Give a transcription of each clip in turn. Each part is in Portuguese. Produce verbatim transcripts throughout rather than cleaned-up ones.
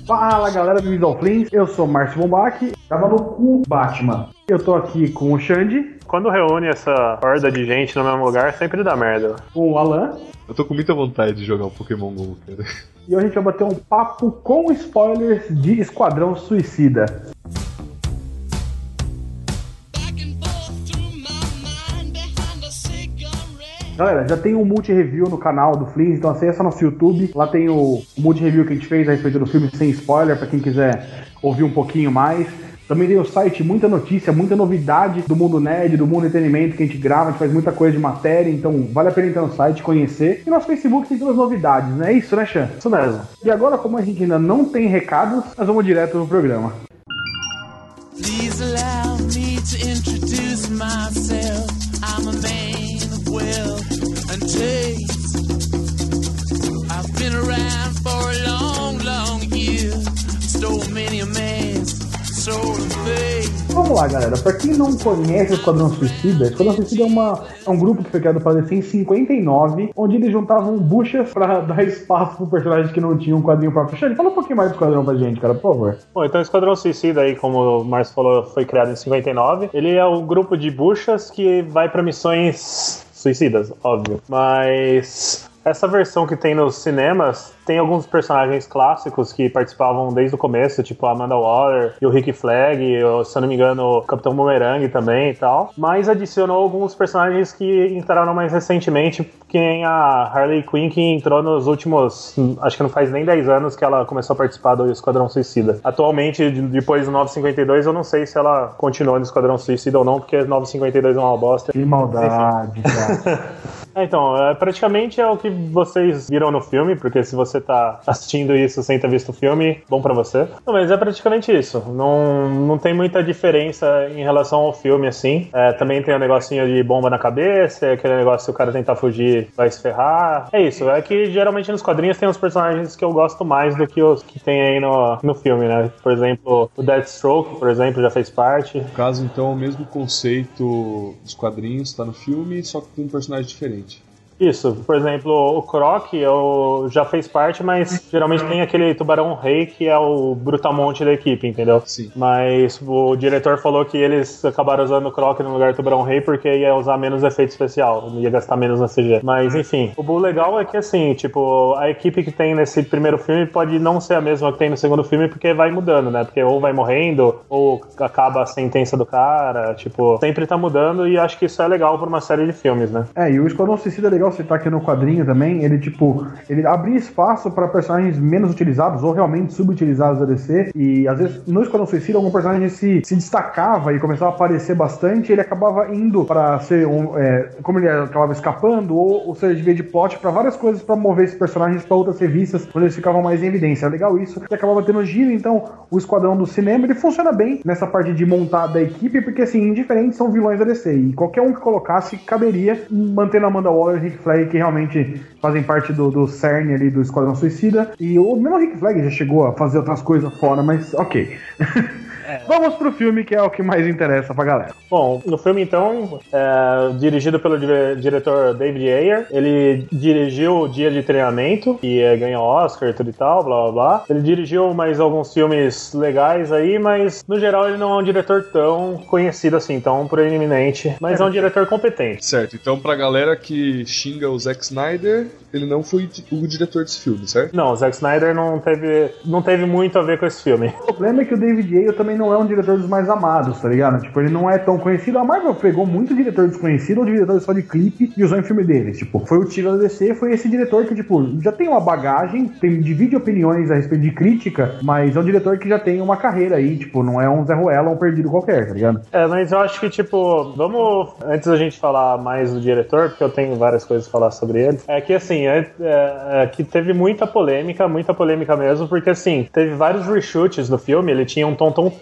Fala galera do Visual Flins, eu sou Márcio Bombach, tava no cu Batman. Eu tô aqui com o Xande. Quando reúne essa horda de gente no mesmo lugar, sempre dá merda. Com o Alan. Eu tô com muita vontade de jogar um Pokémon GO, cara. E hoje a gente vai bater um papo com spoilers de Esquadrão Suicida. Galera, já tem um multi-review no canal do Flins, então acessa nosso YouTube. Lá tem o multi-review que a gente fez a respeito do filme sem spoiler, pra quem quiser ouvir um pouquinho mais. Também tem o site, muita notícia, muita novidade do mundo nerd, do mundo entretenimento que a gente grava, a gente faz muita coisa de matéria, então vale a pena entrar no site, conhecer. E nosso Facebook tem todas as novidades, né? É isso, né, Xan? Isso mesmo. E agora, como a gente ainda não tem recados, nós vamos direto no programa. Please allow me to introduce myself. I'm a man of wealth and taste. I've been around for a long, long year. Stole many a man's. Vamos lá, galera. Pra quem não conhece o Esquadrão Suicida, Esquadrão Suicida é, uma, é um grupo que foi criado para D C em cinquenta e nove, onde eles juntavam buchas pra dar espaço pro personagens que não tinham um quadrinho próprio. Xande, fala um pouquinho mais do Esquadrão pra gente, cara, por favor. Bom, então o Esquadrão Suicida aí, como o Márcio falou, foi criado em cinquenta e nove. Ele é um grupo de buchas que vai pra missões suicidas, óbvio. Mas essa versão que tem nos cinemas tem alguns personagens clássicos que participavam desde o começo, tipo a Amanda Waller e o Rick Flag, ou, se eu não me engano, o Capitão Boomerang também e tal. Mas adicionou alguns personagens que entraram mais recentemente, que nem a Harley Quinn, que entrou nos últimos, acho que não faz nem dez anos que ela começou a participar do Esquadrão Suicida. Atualmente, depois do nove cinquenta e dois, eu não sei se ela continuou no Esquadrão Suicida ou não, porque nove cinquenta e dois é uma bosta. Que maldade, cara. É, então, é, praticamente é o que vocês viram no filme, porque se você tá assistindo isso sem ter visto o filme, bom pra você. Não, mas é praticamente isso. Não, não tem muita diferença em relação ao filme, assim. É, também tem o um negocinho de bomba na cabeça, aquele negócio que o cara tentar fugir vai se ferrar. É isso, é que geralmente nos quadrinhos tem uns personagens que eu gosto mais do que os que tem aí no, no filme, né? Por exemplo, o Deathstroke, por exemplo, já fez parte. No caso, então, o mesmo conceito dos quadrinhos tá no filme, só que com um personagem diferente. Isso, por exemplo, o Croc eu, já fez parte, mas geralmente tem aquele Tubarão Rei que é o brutamonte da equipe, entendeu? Sim. Mas o diretor falou que eles acabaram usando o Croc no lugar do Tubarão Rei porque ia usar menos efeito especial, ia gastar menos na C G. Mas enfim, o legal é que assim, tipo, a equipe que tem nesse primeiro filme pode não ser a mesma que tem no segundo filme porque vai mudando, né? Porque ou vai morrendo, ou acaba a sentença do cara, tipo, sempre tá mudando e acho que isso é legal pra uma série de filmes, né? É, e o Esquadrão Suicida é legal citar aqui no quadrinho também, ele tipo, ele abria espaço para personagens menos utilizados ou realmente subutilizados da D C, e às vezes no Esquadrão Suicida algum personagem se, se destacava e começava a aparecer bastante, ele acabava indo para ser um, é, como ele acabava escapando ou, ou seja, de via de plot para várias coisas para mover esses personagens para outras revistas onde eles ficavam mais em evidência. É legal isso, que acabava tendo giro, então o Esquadrão do cinema ele funciona bem nessa parte de montar da equipe, porque assim, indiferentes são vilões da D C, e qualquer um que colocasse caberia, mantendo a Amanda Waller e Rick Flag, que realmente fazem parte do, do cerne ali do Esquadrão Suicida. E o mesmo Rick Flag já chegou a fazer outras coisas fora, mas ok. É. Vamos pro filme, que é o que mais interessa pra galera. Bom, no filme, então, é, dirigido pelo dire- diretor David Ayer, ele dirigiu o Dia de Treinamento, que é, ganhou Oscar e tudo e tal, blá blá blá. Ele dirigiu mais alguns filmes legais aí, mas no geral ele não é um diretor tão conhecido assim, tão proeminente, mas é, é um diretor competente. Certo, então pra galera que xinga o Zack Snyder, ele não foi o diretor desse filme, certo? Não, o Zack Snyder não teve, não teve muito a ver com esse filme. O problema é que o David Ayer também não é um diretor dos mais amados, tá ligado? Tipo, ele não é tão conhecido. A Marvel pegou muito diretor desconhecido ou diretor só de clipe e usou em filme deles. Tipo, foi o tiro da D C, foi esse diretor que, tipo, já tem uma bagagem, tem, divide opiniões a respeito de crítica, mas é um diretor que já tem uma carreira aí, tipo, não é um Zé Ruela ou um perdido qualquer, tá ligado? É, mas eu acho que, tipo, vamos, antes da gente falar mais do diretor, porque eu tenho várias coisas a falar sobre ele, é que, assim, é, é, é que teve muita polêmica, muita polêmica mesmo, porque, assim, teve vários reshoots no filme, ele tinha um tom tão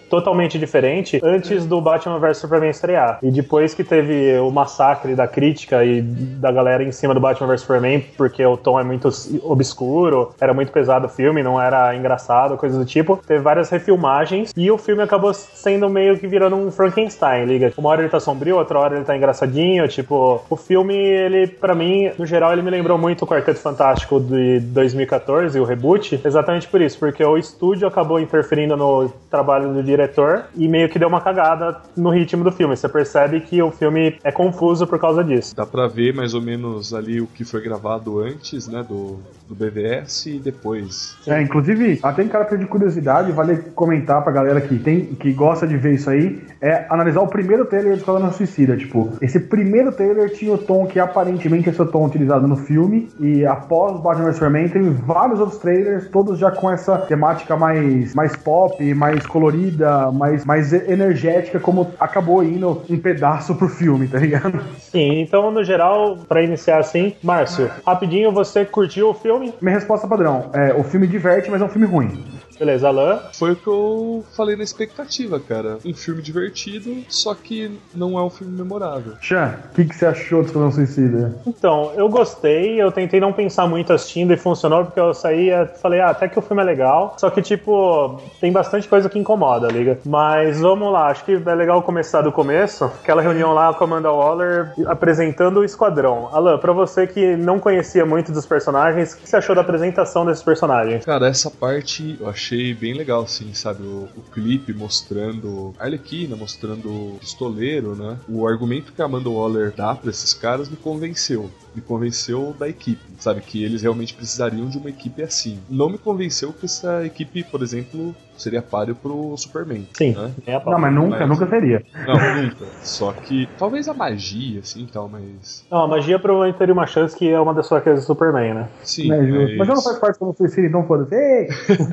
totalmente diferente antes do Batman versus Superman estrear. E depois que teve o massacre da crítica e da galera em cima do Batman versus Superman, porque o tom é muito obscuro, era muito pesado o filme, não era engraçado, coisas do tipo, teve várias refilmagens e o filme acabou sendo meio que virando um Frankenstein, liga? Uma hora ele tá sombrio, outra hora ele tá engraçadinho, tipo, o filme, ele, pra mim, no geral, ele me lembrou muito o Quarteto Fantástico de dois mil e catorze, o reboot, exatamente por isso, porque o estúdio acabou interferindo no trabalho do diretor e meio que deu uma cagada no ritmo do filme. Você percebe que o filme é confuso por causa disso. Dá pra ver mais ou menos ali o que foi gravado antes, né, do, do B V S e depois. É, inclusive, até em caráter de curiosidade, vale comentar pra galera que, tem, que gosta de ver isso aí, é analisar o primeiro trailer de Esquadrão Suicida. Tipo, esse primeiro trailer tinha o tom que aparentemente é seu tom utilizado no filme, e após Batman versus. Superman tem vários outros trailers, todos já com essa temática mais, mais pop, mais colorida, mais, mais energética, como acabou indo um pedaço pro filme, tá ligado? Sim, então no geral, pra iniciar assim, Márcio, rapidinho, você curtiu o filme? Minha resposta padrão, é, o filme diverte, mas é um filme ruim. Beleza, Alan? Foi o que eu falei na expectativa, cara. Um filme divertido, só que não é um filme memorável. Xan, o que, que você achou do Esquadrão Suicida? Então, eu gostei, eu tentei não pensar muito assistindo e funcionou, porque eu saí e falei, ah, até que o filme é legal, só que, tipo, tem bastante coisa que incomoda, liga? Mas vamos lá, acho que é legal começar do começo, aquela reunião lá com a Amanda Waller apresentando o Esquadrão. Alan, pra você que não conhecia muito dos personagens, o que você achou da apresentação desses personagens? Cara, essa parte eu achei achei bem legal, assim, sabe? O, o clipe mostrando a Arlequina, mostrando o pistoleiro, né? O argumento que a Amanda Waller dá pra esses caras me convenceu. Me convenceu da equipe, sabe? Que eles realmente precisariam de uma equipe assim. Não me convenceu que essa equipe, por exemplo, seria páreo pro Superman. Sim. Né? É a não, mas nunca, mas, nunca seria. Não, nunca. Só que talvez a magia, assim, tal, mas... Não, a magia provavelmente teria uma chance, que é uma das fraquezas do Superman, né? Sim, é, mas... mas ela não faz parte do Suicida, então foda-se.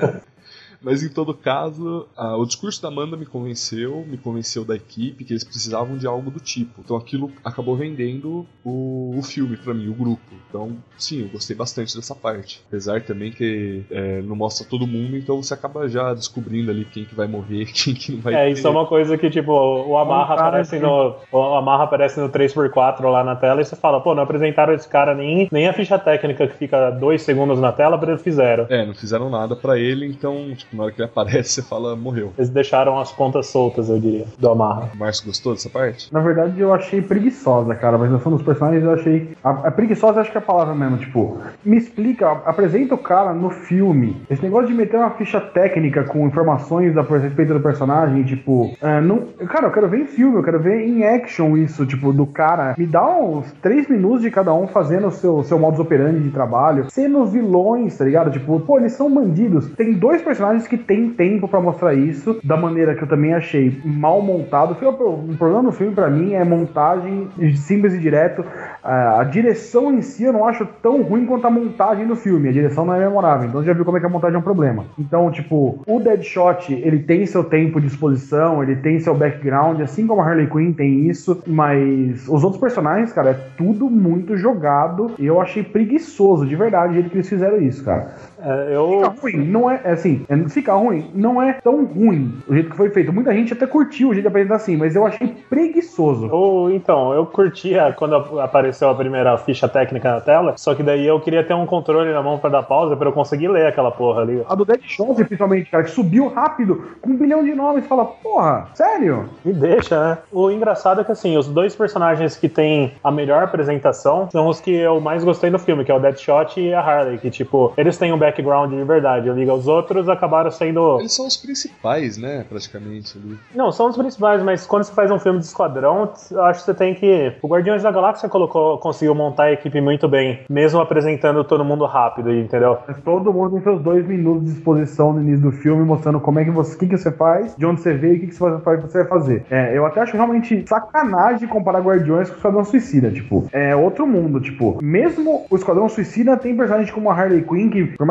Mas em todo caso, a, o discurso da Amanda me convenceu, me convenceu da equipe, que eles precisavam de algo do tipo. Então aquilo acabou vendendo o, o filme pra mim, o grupo. Então, sim, eu gostei bastante dessa parte. Apesar também que é, não mostra todo mundo, então você acaba já descobrindo ali quem que vai morrer, quem que não vai É, isso é uma coisa que, tipo, o Amarra aparece no. O Amarra aparece no três por quatro lá na tela e você fala, pô, não apresentaram esse cara nem, nem a ficha técnica que fica dois segundos na tela, eles fizeram. É, não fizeram nada pra ele, então, tipo, na hora que ele aparece, você fala, morreu. Eles deixaram as pontas soltas, eu diria, do Amarra. O Márcio gostou dessa parte? Na verdade, eu achei preguiçosa, cara, mas não são dos personagens, eu achei... A, a preguiçosa, acho que é a palavra mesmo, tipo, me explica, apresenta o cara no filme. Esse negócio de meter uma ficha técnica com informações a respeito do personagem, tipo, é, não... Cara, eu quero ver em filme, eu quero ver em action isso, tipo, do cara. Me dá uns três minutos de cada um fazendo o seu, seu modus operandi de trabalho, sendo vilões, tá ligado? Tipo, pô, eles são bandidos. Tem dois personagens que tem tempo pra mostrar isso, da maneira que eu também achei mal montado. O problema do filme, pra mim, é montagem simples e direto. A direção em si eu não acho tão ruim quanto a montagem do filme. A direção não é memorável, então você já viu como é que a montagem é um problema. Então, tipo, o Deadshot, ele tem seu tempo de exposição, ele tem seu background, assim como a Harley Quinn tem isso, mas os outros personagens, cara, é tudo muito jogado e eu achei preguiçoso, de verdade, o jeito que eles fizeram isso, cara. É, eu... Fica ruim, não é, assim, é, fica ruim, não é tão ruim o jeito que foi feito. Muita gente até curtiu o jeito de apresentar assim, mas eu achei preguiçoso. Eu, então, eu curtia quando apareceu a primeira ficha técnica na tela, só que daí eu queria ter um controle na mão pra dar pausa, pra eu conseguir ler aquela porra ali. A do Deadshot, principalmente, cara, que subiu rápido, com um bilhão de nomes, fala, porra, sério? Me deixa, né? O engraçado é que, assim, os dois personagens que tem a melhor apresentação são os que eu mais gostei no filme, que é o Deadshot e a Harley, que, tipo, eles têm um background de verdade, eu ligo. Os outros acabaram sendo... Eles são os principais, né, praticamente, ali. Não, são os principais, mas quando você faz um filme de esquadrão, eu acho que você tem que... O Guardiões da Galáxia colocou, conseguiu montar a equipe muito bem, mesmo apresentando todo mundo rápido, entendeu? Mas todo mundo tem seus dois minutos de exposição no início do filme, mostrando como é que você... O que, que você faz, de onde você veio e o que, que você vai fazer. É, eu até acho realmente sacanagem comparar Guardiões com o Esquadrão Suicida, tipo, é outro mundo, tipo, mesmo o Esquadrão Suicida tem personagens como a Harley Quinn, que por mais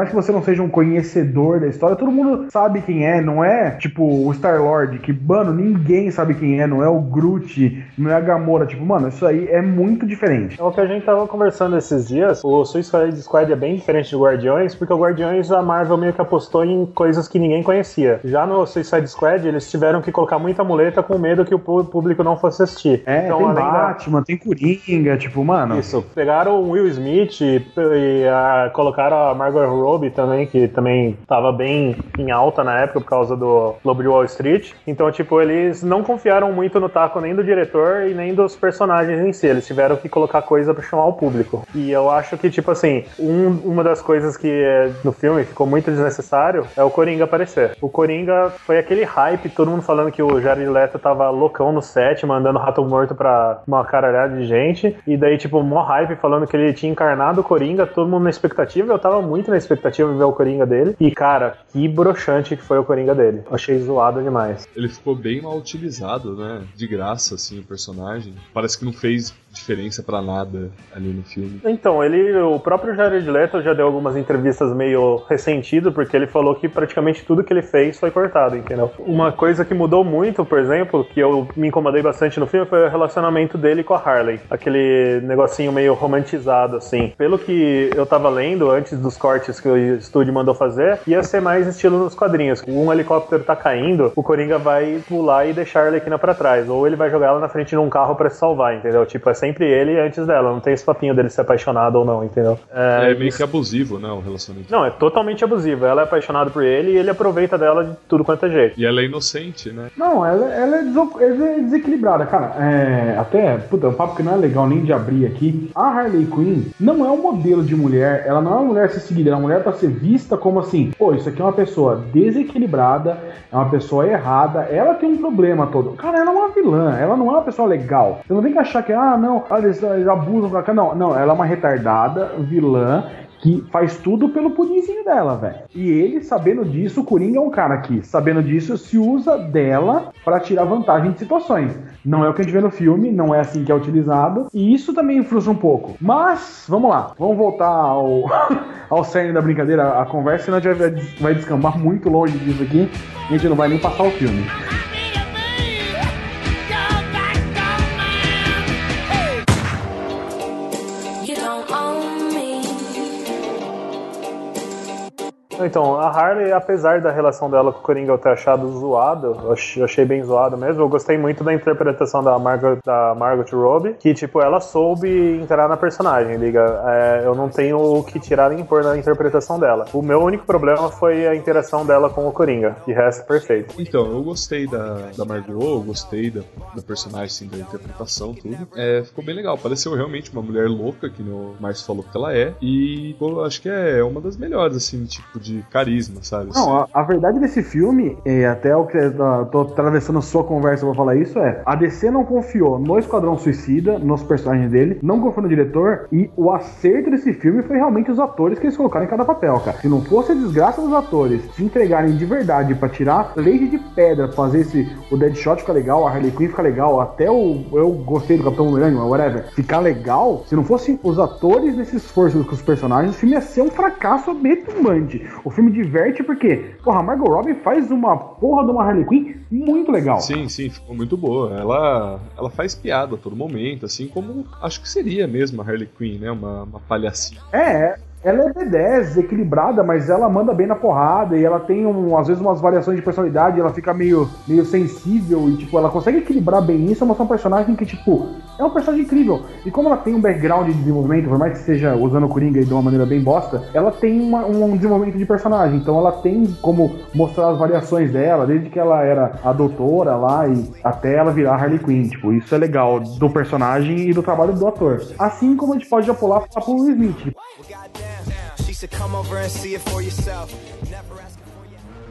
mais que você não seja um conhecedor da história, todo mundo sabe quem é, não é tipo o Star-Lord, que, mano, ninguém sabe quem é, não é o Groot, não é a Gamora, tipo, mano, isso aí é muito diferente. É o que a gente tava conversando esses dias, o Suicide Squad é bem diferente do Guardiões, porque o Guardiões a Marvel meio que apostou em coisas que ninguém conhecia. Já no Suicide Squad, eles tiveram que colocar muita muleta com medo que o público não fosse assistir. É, então, tem Batman, da... tem Coringa, tipo, mano... Isso, pegaram o Will Smith e, e a, colocaram a Margot Robbie também, que também tava bem em alta na época por causa do Lobo de Wall Street. Então, tipo, eles não confiaram muito no taco nem do diretor e nem dos personagens em si. Eles tiveram que colocar coisa pra chamar o público. E eu acho que, tipo assim, um, uma das coisas que é, no filme ficou muito desnecessário é o Coringa aparecer. O Coringa foi aquele hype, todo mundo falando que o Jared Leto tava loucão no set, mandando rato morto pra uma caralhada de gente. E daí, tipo, mó hype falando que ele tinha encarnado o Coringa, todo mundo na expectativa. Eu tava muito na expectativa de ver o Coringa dele. E, cara, que broxante que foi o Coringa dele. Achei zoado demais. Ele ficou bem mal utilizado, né? De graça, assim, o personagem. Parece que não fez diferença pra nada ali no filme. Então, ele, o próprio Jared Leto já deu algumas entrevistas meio ressentido, porque ele falou que praticamente tudo que ele fez foi cortado, entendeu? Uma coisa que mudou muito, por exemplo, que eu me incomodei bastante no filme, foi o relacionamento dele com a Harley. Aquele negocinho meio romantizado, assim. Pelo que eu tava lendo, antes dos cortes que o estúdio mandou fazer, ia ser mais estilo nos quadrinhos. Um helicóptero tá caindo, o Coringa vai pular e deixar a Arlequina pra trás. Ou ele vai jogar ela na frente de um carro pra se salvar, entendeu? Tipo, é sempre ele antes dela. Não tem esse papinho dele ser apaixonado ou não, entendeu? É, é meio que abusivo, né, o relacionamento. Não, é totalmente abusivo. Ela é apaixonada por ele e ele aproveita dela de tudo quanto é jeito. E ela é inocente, né? Não, ela, ela, é, deso- ela é desequilibrada, cara. É, até, puta, um papo que não é legal nem de abrir aqui. A Harley Quinn não é um modelo de mulher, ela não é uma mulher a ser seguida, é uma mulher pra ser vista como assim, pô, isso aqui é uma pessoa desequilibrada, é uma pessoa errada, ela tem um problema todo. Cara, ela é uma vilã, ela não é uma pessoa legal. Você não tem que achar que, ah, não, eles, eles abusam pra cá. Não, não, ela é uma retardada, vilã, que faz tudo pelo pudinzinho dela, velho. E ele, sabendo disso, o Coringa é um cara que, sabendo disso, se usa dela pra tirar vantagem de situações. Não é o que a gente vê no filme, não é assim que é utilizado, e isso também frustra um pouco. Mas, vamos lá, vamos voltar ao, ao cerne da brincadeira, a conversa, senão a gente vai, vai descambar muito longe disso aqui, e a gente não vai nem passar o filme. Então, a Harley, apesar da relação dela com o Coringa eu ter achado zoado, eu achei bem zoado mesmo, eu gostei muito da interpretação da Margot, da Margot Robbie, que, tipo, ela soube entrar na personagem, liga? É, eu não tenho o que tirar nem pôr na interpretação dela. O meu único problema foi a interação dela com o Coringa, de resto, perfeito. Então, eu gostei da, da Margot, eu gostei da, da personagem, assim, da interpretação, tudo. É, ficou bem legal, pareceu realmente uma mulher louca, que o Márcio falou que ela é, e pô, acho que é uma das melhores, assim, tipo, de de carisma, sabe? Não, a, a verdade desse filme, e até o que eu tô atravessando a sua conversa pra falar isso, é a D C não confiou no Esquadrão Suicida, nos personagens dele, não confiou no diretor, e o acerto desse filme foi realmente os atores que eles colocaram em cada papel, cara. Se não fosse a desgraça dos atores se entregarem de verdade pra tirar leite de pedra, fazer esse, o Deadshot ficar legal, a Harley Quinn ficar legal, até o, eu gostei do Capitão Boomerang, whatever, ficar legal, se não fossem os atores nesse esforço com os personagens, o filme ia ser um fracasso retumbante. O filme diverte porque, porra, a Margot Robbie faz uma porra de uma Harley Quinn muito legal. Sim, sim, ficou muito boa. Ela, ela faz piada a todo momento, assim como acho que seria mesmo a Harley Quinn, né? Uma, uma palhacinha. É, ela é B dez, equilibrada, mas ela manda bem na porrada e ela tem, um, às vezes, umas variações de personalidade, ela fica meio, meio sensível e, tipo, ela consegue equilibrar bem isso, mas é um personagem que, tipo, é um personagem incrível. E como ela tem um background de desenvolvimento, por mais que seja usando o Coringa de uma maneira bem bosta, ela tem uma, um desenvolvimento de personagem, então ela tem como mostrar as variações dela, desde que ela era a doutora lá e até ela virar Harley Quinn, tipo, isso é legal do personagem e do trabalho do ator. Assim como a gente pode já pular para o Will Smith. She said, come over and see it for yourself. Never ask for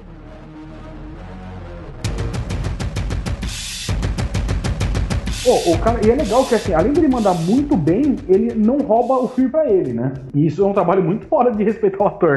you. Oh, o cara, e é legal que, assim, além dele mandar muito bem, ele não rouba o filme pra ele, né? E isso é um trabalho muito fora de respeitar o ator, cara.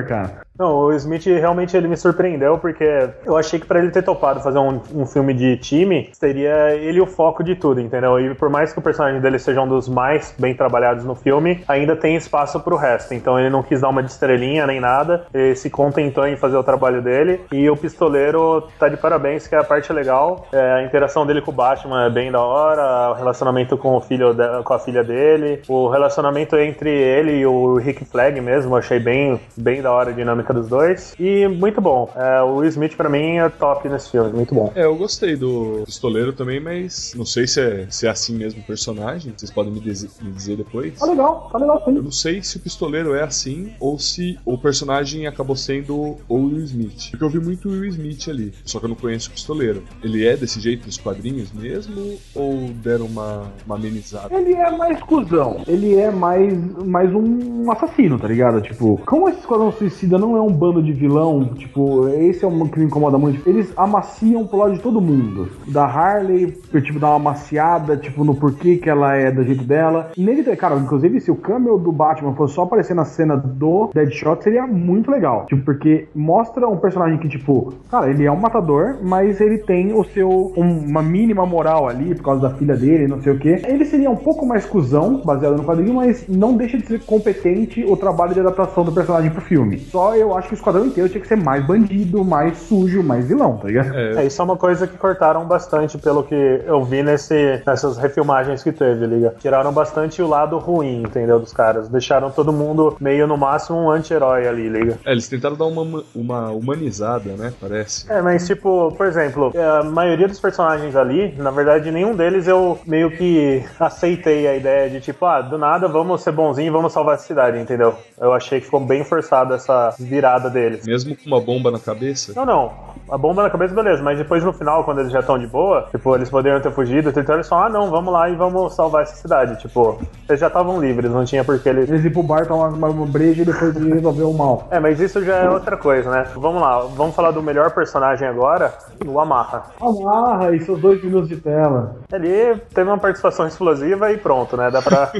Não, o Smith realmente ele me surpreendeu, porque eu achei que pra ele ter topado fazer um, um filme de time, seria ele o foco de tudo, entendeu? E por mais que o personagem dele seja um dos mais bem trabalhados no filme, ainda tem espaço pro resto. Então ele não quis dar uma de estrelinha nem nada, ele se contentou em fazer o trabalho dele. E o Pistoleiro tá de parabéns, que é a parte legal. É, a interação dele com o Batman é bem da hora, o relacionamento com o filho de, com a filha dele, o relacionamento entre ele e o Rick Flag mesmo, eu achei bem, bem da hora a dinâmica dos dois. E muito bom. É, o Will Smith pra mim é top nesse filme, muito bom. É, eu gostei do Pistoleiro também, mas não sei se é, se é assim mesmo o personagem. Vocês podem me, dizer, me dizer depois. Tá legal, tá legal sim. Eu não sei se o Pistoleiro é assim ou se o personagem acabou sendo o Will Smith. Porque eu vi muito o Will Smith ali, só que eu não conheço o Pistoleiro. Ele é desse jeito nos quadrinhos mesmo ou deram uma, uma amenizada? Ele é mais cuzão. Ele é mais, mais um assassino, tá ligado? Tipo, como esse Esquadrão Suicida não é um bando de vilão, tipo, esse é um que me incomoda muito. Eles amaciam pro lado de todo mundo. Da Harley, tipo, dá uma amaciada, tipo, no porquê que ela é do jeito dela. E nele, cara, inclusive, se o cameo do Batman fosse só aparecer na cena do Deadshot, seria muito legal. Tipo, porque mostra um personagem que, tipo, cara, ele é um matador, mas ele tem o seu, um, uma mínima moral ali, por causa da filha dele, não sei o quê. Ele seria um pouco mais cuzão, baseado no quadrinho, mas não deixa de ser competente o trabalho de adaptação do personagem pro filme. Só eu acho que o Esquadrão inteiro tinha que ser mais bandido, mais sujo, mais vilão, tá ligado? É, isso é uma coisa que cortaram bastante, pelo que eu vi nesse, nessas refilmagens que teve, liga. Tiraram bastante o lado ruim, entendeu, dos caras. Deixaram todo mundo meio, no máximo, um anti-herói ali, liga. É, eles tentaram dar uma, uma humanizada, né, parece. É, mas tipo, por exemplo, a maioria dos personagens ali, na verdade, nenhum deles eu meio que aceitei a ideia de tipo, ah, do nada vamos ser bonzinho e vamos salvar a cidade, entendeu? Eu achei que ficou bem forçada essa virada deles. Mesmo com uma bomba na cabeça? Não, não. A bomba na cabeça, beleza, mas depois no final, quando eles já estão de boa, tipo, eles poderiam ter fugido, então eles falam, ah, não, vamos lá e vamos salvar essa cidade. Tipo, eles já estavam livres, não tinha por que eles... Eles ir pro bar, tomar uma, uma breja e depois de resolver o mal. É, mas isso já é outra coisa, né? Vamos lá, vamos falar do melhor personagem agora, o Amarra. Amarra e seus dois minutos de tela. Ele teve uma participação explosiva e pronto, né? Dá pra...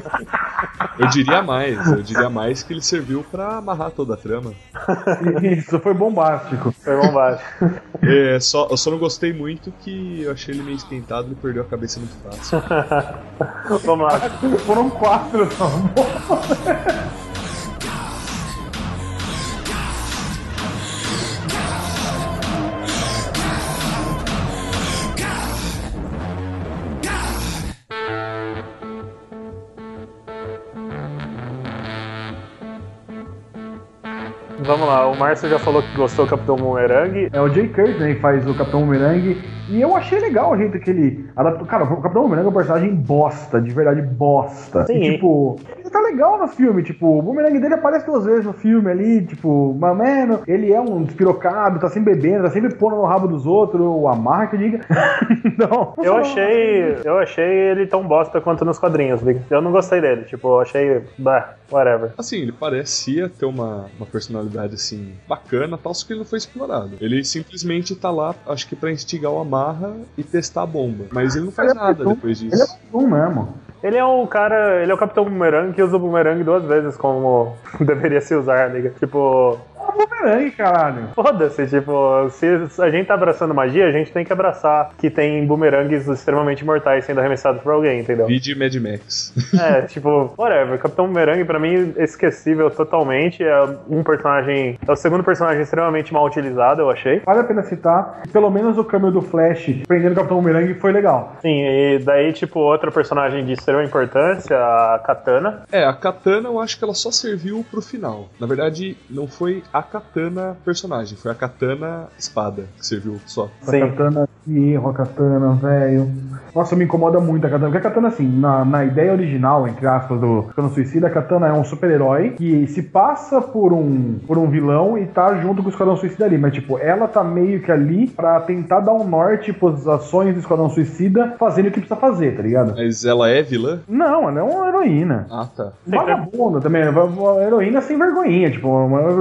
Eu diria mais, eu diria mais que ele serviu pra amarrar toda a trama. Isso, foi bombástico. Foi bombástico. É, só, eu só não gostei muito que eu achei ele meio esquentado e perdeu a cabeça muito fácil. Vamos lá. Foram quatro, amor. Vamos lá, o Márcio já falou que gostou do Capitão Boomerang. É o Jay Curtis, né, que faz o Capitão Boomerang. E eu achei legal o jeito que ele adaptou. Cara, o Capitão Boomerang é um personagem bosta, de verdade bosta. Sim. E, tipo, ele tá legal no filme. Tipo, o Boomerang dele aparece duas vezes no filme ali. Tipo, mas, mano, ele é um despirocado, tá sempre bebendo, tá sempre pondo no rabo dos outros. O Amarra que diga. Não. Eu achei, eu achei ele tão bosta quanto nos quadrinhos. Eu não gostei dele. Tipo, eu achei. Bah, whatever. Assim, ele parecia ter uma, uma personalidade assim bacana, tal, só que ele não foi explorado. Ele simplesmente tá lá, acho que pra instigar o Amarra e testar a bomba. Mas ele não faz ele é nada um, depois disso. Ele é um mesmo. Ele é um cara, ele é o Capitão Boomerang que usa o Boomerang duas vezes como deveria se usar, amiga. Tipo... É um Boomerang, caralho. Foda-se, tipo, se a gente tá abraçando magia, a gente tem que abraçar que tem boomerangues extremamente mortais sendo arremessados por alguém, entendeu? Vídeo Mad Max. É, tipo, whatever. Capitão Boomerang, pra mim, é esquecível totalmente. É um personagem... É o segundo personagem extremamente mal utilizado, eu achei. Vale a pena citar. Pelo menos o câmbio do Flash prendendo o Capitão Boomerang foi legal. Sim, e daí, tipo, outra personagem de extrema importância, a Katana. É, a Katana eu acho que ela só serviu pro final. Na verdade, não foi a Katana personagem, foi a Katana espada que serviu só. A Katana, que erro, a Katana, velho. Nossa, me incomoda muito a Katana. Porque a Katana, assim, na, na ideia original, entre aspas, do Esquadrão Suicida, a Katana é um super-herói que se passa por um, por um vilão e tá junto com o Esquadrão Suicida ali. Mas, tipo, ela tá meio que ali pra tentar dar um norte pras ações do Esquadrão Suicida, fazendo o que precisa fazer, tá ligado? Mas ela é vilã? Não, ela é uma heroína. Ah, tá. Vagabunda também, uma heroína sem vergonhinha, tipo, uma heroína mais ou menos.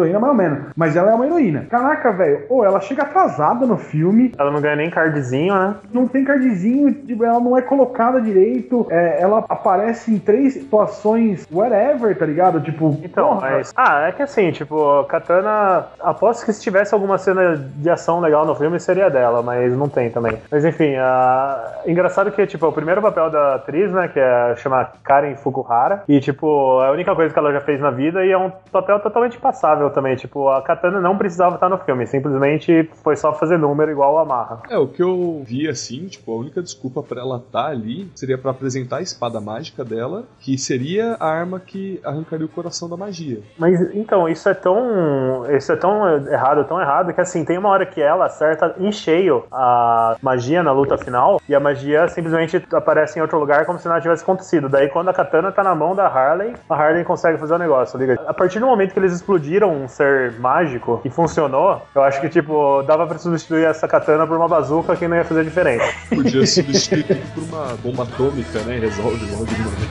fazendo. Mas ela é uma heroína. Caraca, velho. Ou ela chega atrasada no filme. Ela não ganha nem cardzinho, né? Não tem cardzinho, tipo, ela não é colocada direito. É, ela aparece em três situações whatever, tá ligado? Tipo, então, porra. mas... Ah, é que assim, tipo, Katana... Aposto que se tivesse alguma cena de ação legal no filme, seria dela, mas não tem também. Mas enfim, a... engraçado que, tipo, o primeiro papel da atriz, né, que é chama Karen Fukuhara, e, tipo, é a única coisa que ela já fez na vida e é um papel totalmente passável também. Tipo, a Katana não precisava estar no filme, simplesmente foi só fazer número igual a Amarra. É, o que eu vi, assim, tipo, a única desculpa pra ela estar ali seria pra apresentar a espada mágica dela, que seria a arma que arrancaria o coração da magia. Mas, então, isso é tão... Isso é tão errado, tão errado, que, assim, tem uma hora que ela acerta em cheio a magia na luta final, e a magia simplesmente aparece em outro lugar como se nada tivesse acontecido. Daí, quando a Katana tá na mão da Harley, a Harley consegue fazer o negócio, liga? A partir do momento que eles explodiram um ser mágico e funcionou, eu acho que, tipo, dava pra substituir essa Katana por uma bazuca que não ia fazer diferença. Podia substituir tudo por uma bomba atômica, né? E resolve logo de novo.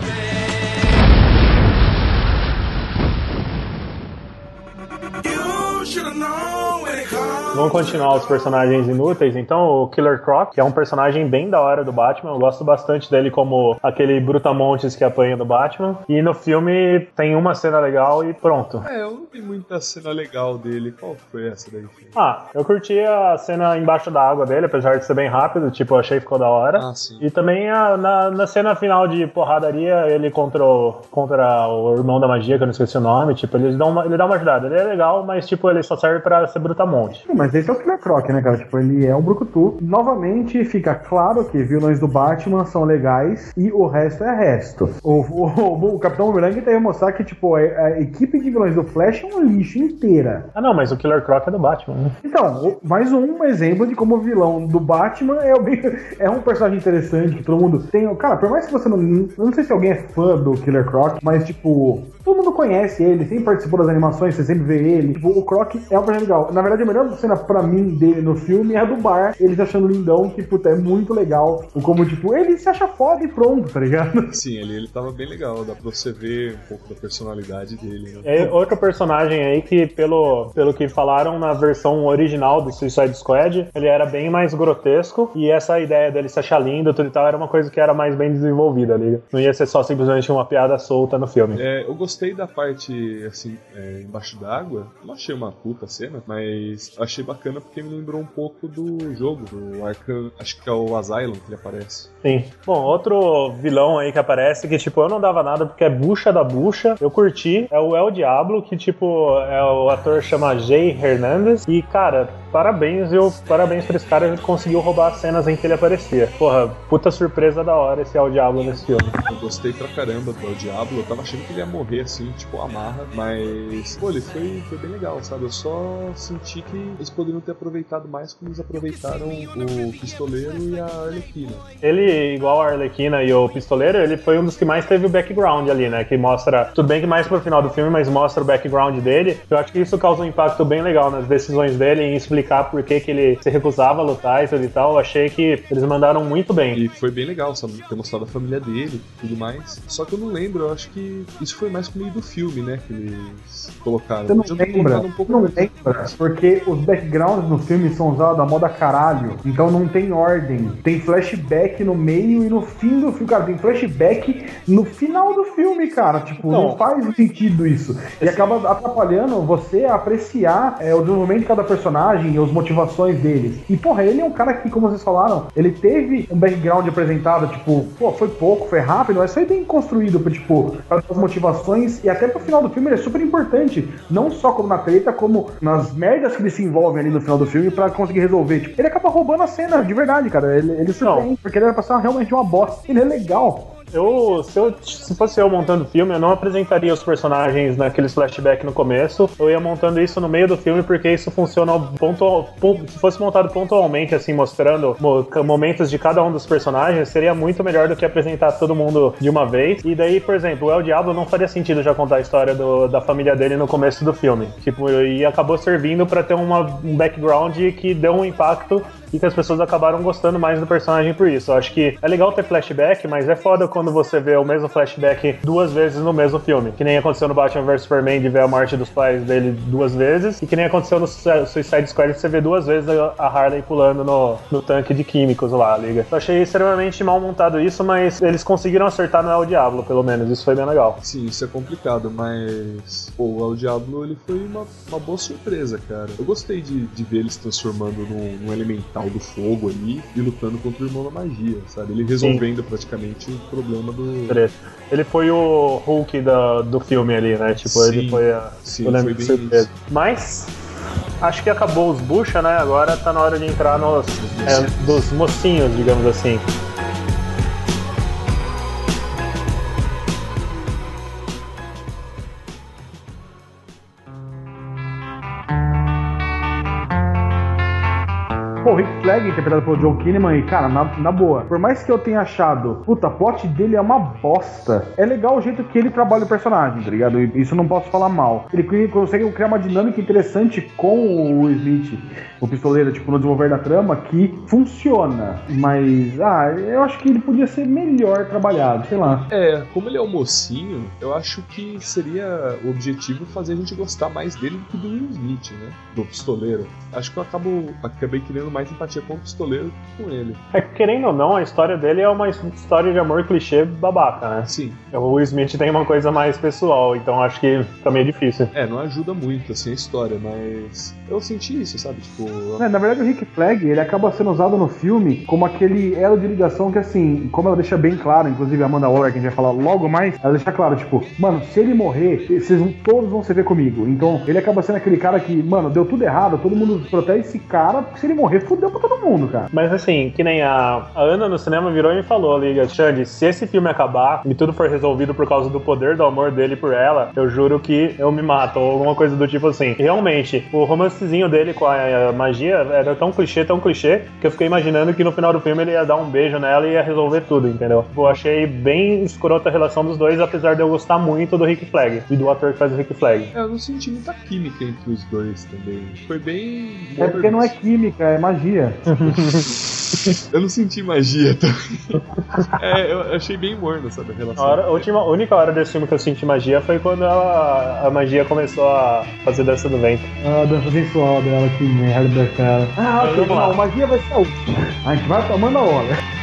Vamos continuar os personagens inúteis. Então, o Killer Croc, que é um personagem bem da hora do Batman. Eu gosto bastante dele como aquele brutamontes que apanha do Batman. E no filme tem uma cena legal e pronto. É, eu não vi muita cena legal dele. Qual foi essa daí? Ah, eu curti a cena embaixo da água dele, apesar de ser bem rápido. Tipo, eu achei que ficou da hora. Ah, sim. E também a, na, na cena final de porradaria, ele contra o, contra o irmão da magia, que eu não esqueci o nome. Tipo, eles dão uma, ele dá uma ajudada. Ele é legal, mas tipo, ele só serve pra ser brutamonte. Mas esse é o Killer Croc, né, cara? Tipo, ele é um brucutu. Novamente, fica claro que vilões do Batman são legais e o resto é resto. O, o, o Capitão Boomerang tem que mostrar que, tipo, a, a equipe de vilões do Flash é um lixo inteira. Ah, não, mas o Killer Croc é do Batman, né? Então, mais um exemplo de como o vilão do Batman é, o, é um personagem interessante que todo mundo tem. Cara, por mais que você não... Eu não sei se alguém é fã do Killer Croc, mas, tipo... Todo mundo conhece ele, sempre participou das animações, você sempre vê ele. Tipo, o Croc é um personagem legal. Na verdade, a melhor cena pra mim dele no filme é a do bar, ele se achando lindão, que, puta, é muito legal. Como, tipo, ele se acha foda e pronto, tá ligado? Sim, ele, ele tava bem legal, dá pra você ver um pouco da personalidade dele, né? É outro personagem aí que, pelo, pelo que falaram na versão original do Suicide Squad, ele era bem mais grotesco, e essa ideia dele se achar lindo, tudo e tal, era uma coisa que era mais bem desenvolvida, liga? Não ia ser só simplesmente uma piada solta no filme. É, eu gostei da parte, assim, é, embaixo d'água. Não achei uma puta cena, mas achei bacana porque me lembrou um pouco do jogo, do Arkham, acho que é o Asylum que ele aparece. Sim. Bom, outro vilão aí que aparece, que, tipo, eu não dava nada porque é bucha da bucha, eu curti, é o El Diablo, que, tipo, é o ator chama Jay Hernandez, e, cara, parabéns, eu, parabéns pra esse cara, ele conseguiu roubar as cenas em que ele aparecia. Porra, puta surpresa da hora esse El Diablo nesse filme. Eu gostei pra caramba do El Diablo, eu tava achando que ele ia morrer, assim, tipo, amarra, mas, pô, ele foi, foi bem legal, sabe? Eu só senti que eles poderiam ter aproveitado mais como eles aproveitaram o Pistoleiro e a Arlequina. Ele, igual a Arlequina e o Pistoleiro, ele foi um dos que mais teve o background ali, né? Que mostra, tudo bem que mais pro final do filme, mas mostra o background dele. Eu acho que isso causa um impacto bem legal nas decisões dele em explicar por que que ele se recusava a lutar e tudo e tal. Eu achei que eles mandaram muito bem. E foi bem legal, sabe? Ter mostrado a família dele e tudo mais. Só que eu não lembro, eu acho que isso foi mais pro meio do filme, né? Que eles colocaram. Você não lembra? Um pouco não lembra, porque os backgrounds no filme são usados a moda caralho. Então não tem ordem. Tem flashback no meio e no fim do filme. Cara, tem flashback no final do filme, cara. Tipo, não, não faz sentido isso. E acaba atrapalhando você a apreciar é, o desenvolvimento de cada personagem e as motivações deles. E, porra, ele é um cara que, como vocês falaram, ele teve um background apresentado, tipo, pô, foi pouco, foi rápido, mas foi bem construído, pra, tipo, para as motivações e até pro final do filme ele é super importante. Não só como na treta, como nas merdas que ele se envolve ali no final do filme pra conseguir resolver. Tipo, ele acaba roubando a cena, de verdade, cara. Ele, ele surpreende, porque ele vai passar realmente uma bosta. Ele é legal. Eu se, eu, se fosse eu montando o filme, eu não apresentaria os personagens naqueles flashbacks no começo. Eu ia montando isso no meio do filme, porque isso funciona pontual, se fosse montado pontualmente, assim, mostrando momentos de cada um dos personagens, seria muito melhor do que apresentar todo mundo de uma vez. E daí, por exemplo, o El Diablo não faria sentido já contar a história do, da família dele no começo do filme. Tipo, e acabou servindo pra ter uma, um background que deu um impacto e que as pessoas acabaram gostando mais do personagem por isso. Eu acho que é legal ter flashback, mas é foda quando você vê o mesmo flashback duas vezes no mesmo filme, que nem aconteceu no Batman versus. Superman de ver a morte dos pais dele duas vezes, e que nem aconteceu no Suicide Squad, você vê duas vezes a Harley pulando no, no tanque de químicos lá, liga. Eu achei extremamente mal montado isso, mas eles conseguiram acertar no El Diablo, pelo menos, isso foi bem legal. Sim, isso é complicado, mas pô, o El Diablo, ele foi uma, uma boa surpresa, cara. Eu gostei de, de ver ele se transformando num, num elemental do fogo ali e lutando contra o irmão da magia, sabe? Ele resolvendo Sim. praticamente o problema do... Ele foi o Hulk da, do filme ali, né? Tipo, sim, ele foi a... Sim, eu lembro foi de surpresa. Isso. Mas... acho que acabou os bucha, né? Agora tá na hora de entrar nos... É, dos mocinhos, digamos assim. Pô, o Rick Flag, interpretado pelo John Kinnaman, e cara, na, na boa, por mais que eu tenha achado, puta, a plot dele é uma bosta, é legal o jeito que ele trabalha o personagem, tá ligado? Isso não posso falar mal. Ele consegue criar uma dinâmica interessante com o Smith, o pistoleiro, tipo, no desenvolver da trama, que funciona, mas, ah, eu acho que ele podia ser melhor trabalhado, sei lá. É, como ele é um mocinho, eu acho que seria o objetivo fazer a gente gostar mais dele do que do Will Smith, né? Do pistoleiro. Acho que eu acabo, acabei querendo mais empatia com o pistoleiro do que com ele. É que, querendo ou não, a história dele é uma história de amor clichê babaca, né? Sim. O Will Smith tem uma coisa mais pessoal, então acho que fica meio difícil. É, não ajuda muito, assim, a história, mas eu senti isso, sabe? Tipo... É, na verdade, o Rick Flag, ele acaba sendo usado no filme como aquele elo de ligação que, assim, como ela deixa bem claro, inclusive a Amanda Waller, que a gente vai falar logo mais, ela deixa claro, tipo, mano, se ele morrer, vocês vão, todos vão se ver comigo. Então, ele acaba sendo aquele cara que, mano, deu tudo errado, todo mundo protege esse cara, porque se ele morrer, fudeu pra todo mundo, cara. Mas assim, que nem a, a Ana no cinema virou e me falou, liga, Xande, se esse filme acabar e tudo for resolvido por causa do poder do amor dele por ela, eu juro que eu me mato, ou alguma coisa do tipo assim. E realmente, o romancezinho dele com a, a magia era tão clichê, tão clichê, que eu fiquei imaginando que no final do filme ele ia dar um beijo nela e ia resolver tudo, entendeu? Eu achei bem escrota a relação dos dois, apesar de eu gostar muito do Rick Flag e do ator que faz o Rick Flag. É, eu não senti muita química entre os dois também. Foi bem... É porque não é química, é magia. Eu não senti magia também. É, eu achei bem morno, sabe, a relação. A, hora, a, última, a única hora desse filme que eu senti magia foi quando ela, a magia começou a fazer dança do vento. Ah, a dança sensual dela, que merda, cara. Ah, ok, não, magia vai ser a última. A gente vai tomando a hora.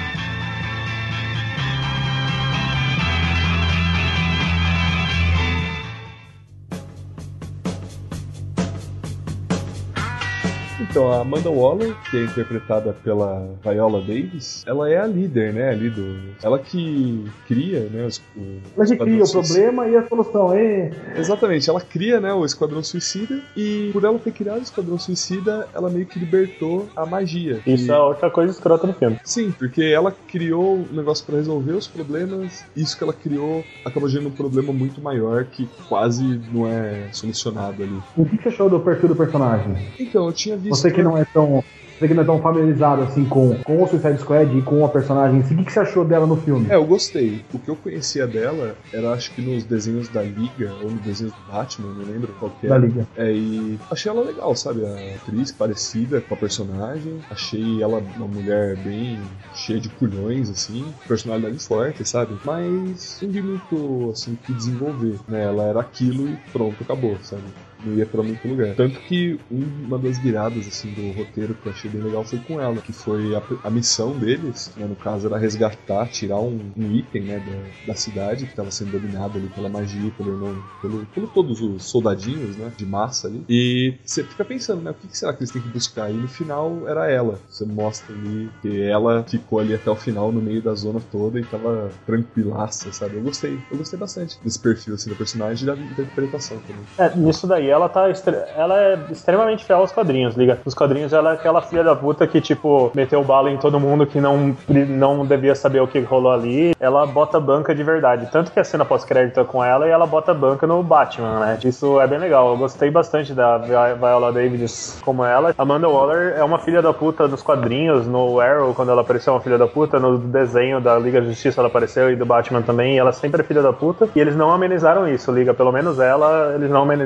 Então, a Amanda Waller, que é interpretada pela Viola Davis, ela é a líder, né, ali do... Ela que cria, né, os, o... Ela que cria o problema e a solução, é... Exatamente, ela cria, né, o Esquadrão Suicida, e por ela ter criado o Esquadrão Suicida, ela meio que libertou a magia. Isso e... é outra coisa escrota no filme. Sim, porque ela criou um negócio pra resolver os problemas, isso que ela criou acaba gerando um problema muito maior que quase não é solucionado ali. O que você achou do perfil do personagem? Então, eu tinha visto... Você que não é tão... Você que não é tão familiarizado assim com, com o Suicide Squad e com a personagem, o que, que você achou dela no filme? É, eu gostei. O que eu conhecia dela era, acho que nos desenhos da Liga, ou nos desenhos do Batman, não lembro qual que era. Da Liga. É, e achei ela legal, sabe? A atriz parecida com a personagem. Achei ela uma mulher bem cheia de culhões, assim. Personalidade forte, sabe? Mas não vi muito, assim, que desenvolver, né? Ela era aquilo e pronto, acabou, sabe? Não ia pra muito lugar. Tanto que uma das viradas, assim, do roteiro que eu achei bem legal foi com ela, que foi a, a missão deles, né, no caso era resgatar, tirar um, um item, né, da, da cidade que estava sendo dominado ali pela magia, pelo irmão, pelo, pelo todos os soldadinhos, né, de massa ali. E você fica pensando, né, o que, que será que eles têm que buscar? E no final era ela. Você mostra ali que ela ficou ali até o final no meio da zona toda e tava tranquilaça, sabe? Eu gostei, eu gostei bastante desse perfil, assim, da personagem e da interpretação também. É, nisso daí ela tá ela é extremamente fiel aos quadrinhos, liga. Os quadrinhos ela é aquela filha da puta que, tipo, meteu bala em todo mundo que não, não devia saber o que rolou ali. Ela bota banca de verdade. Tanto que a cena pós-crédito é com ela e ela bota banca no Batman, né? Isso é bem legal. Eu gostei bastante da Viola Davis como ela. Amanda Waller é uma filha da puta nos quadrinhos, no Arrow, quando ela apareceu, uma filha da puta. No desenho da Liga da Justiça ela apareceu e do Batman também. E ela sempre é filha da puta. E eles não amenizaram isso, liga. Pelo menos ela, eles não amenizaram nada.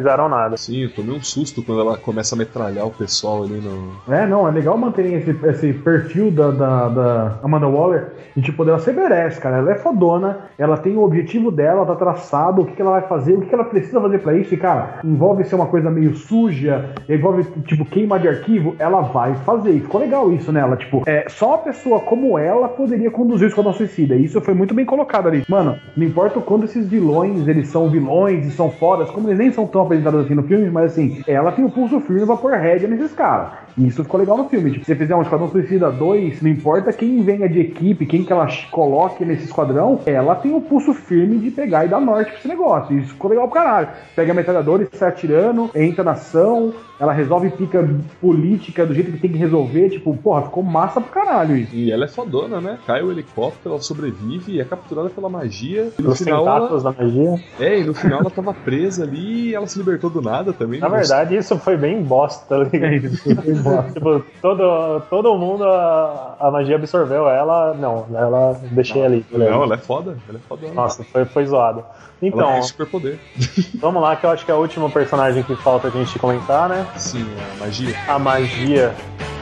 parada. Sim, eu tomei um susto quando ela começa a metralhar o pessoal ali no... É, não, é legal manterem esse, esse perfil da, da, da Amanda Waller e, tipo, dela ser merece, cara. Ela é fodona, ela tem o objetivo dela, tá traçado, o que, que ela vai fazer, o que, que ela precisa fazer pra isso, e, cara, envolve ser uma coisa meio suja, envolve, tipo, queima de arquivo, ela vai fazer. E ficou legal isso nela, tipo, é, só uma pessoa como ela poderia conduzir o Esquadrão Suicida. E isso foi muito bem colocado ali. Mano, não importa o quanto esses vilões, eles são vilões e são fodas, como eles nem são tão apresentados assim no filme, mas assim, ela tem o pulso firme pra pôr rédea nesses caras. E isso ficou legal no filme. Tipo, se você fizer um Esquadrão Suicida dois, não importa quem venha de equipe, quem que ela coloque nesse esquadrão, ela tem o pulso firme de pegar e dar norte pra esse negócio. E isso ficou legal pro caralho. Pega a metralhadora e sai atirando, entra na ação, ela resolve pica política do jeito que tem que resolver. Tipo, porra, ficou massa pro caralho isso. E ela é fodona, né? Cai o helicóptero, ela sobrevive e é capturada pela magia. E no Os final tentáculos ela... da magia. É, e no final ela tava presa ali e ela se libertou do nada também. Na verdade, isso foi bem bosta, tá ligado? É, isso foi bem bosta. Tipo, todo, todo mundo, a, a magia absorveu ela. Não, ela deixei não, ali. Não, ela é foda. Ela é fodona. Nossa, foi, foi zoado. Então, ela tem superpoder. Vamos lá, que eu acho que é o último personagem que falta a gente comentar, né? Sim, a magia. A magia.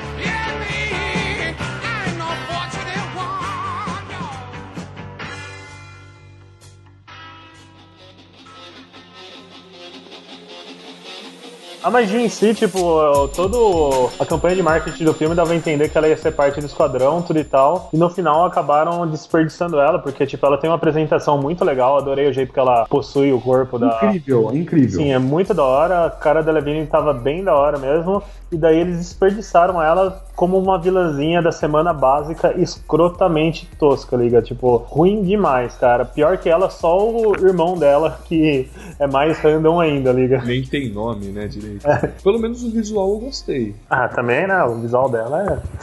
A magia em si, tipo, toda a campanha de marketing do filme dava a entender que ela ia ser parte do esquadrão, tudo e tal. E no final acabaram desperdiçando ela, porque, tipo, ela tem uma apresentação muito legal. Adorei o jeito que ela possui o corpo da... Incrível, incrível. Sim, é muito da hora. A cara da Levine tava bem da hora mesmo. E daí eles desperdiçaram ela como uma vilãzinha da semana básica escrotamente tosca, liga? Tipo, ruim demais, cara. Pior que ela, só o irmão dela, que é mais random ainda, liga? Nem tem nome, né, direito. É. Pelo menos o visual eu gostei. Ah, também, né? O visual dela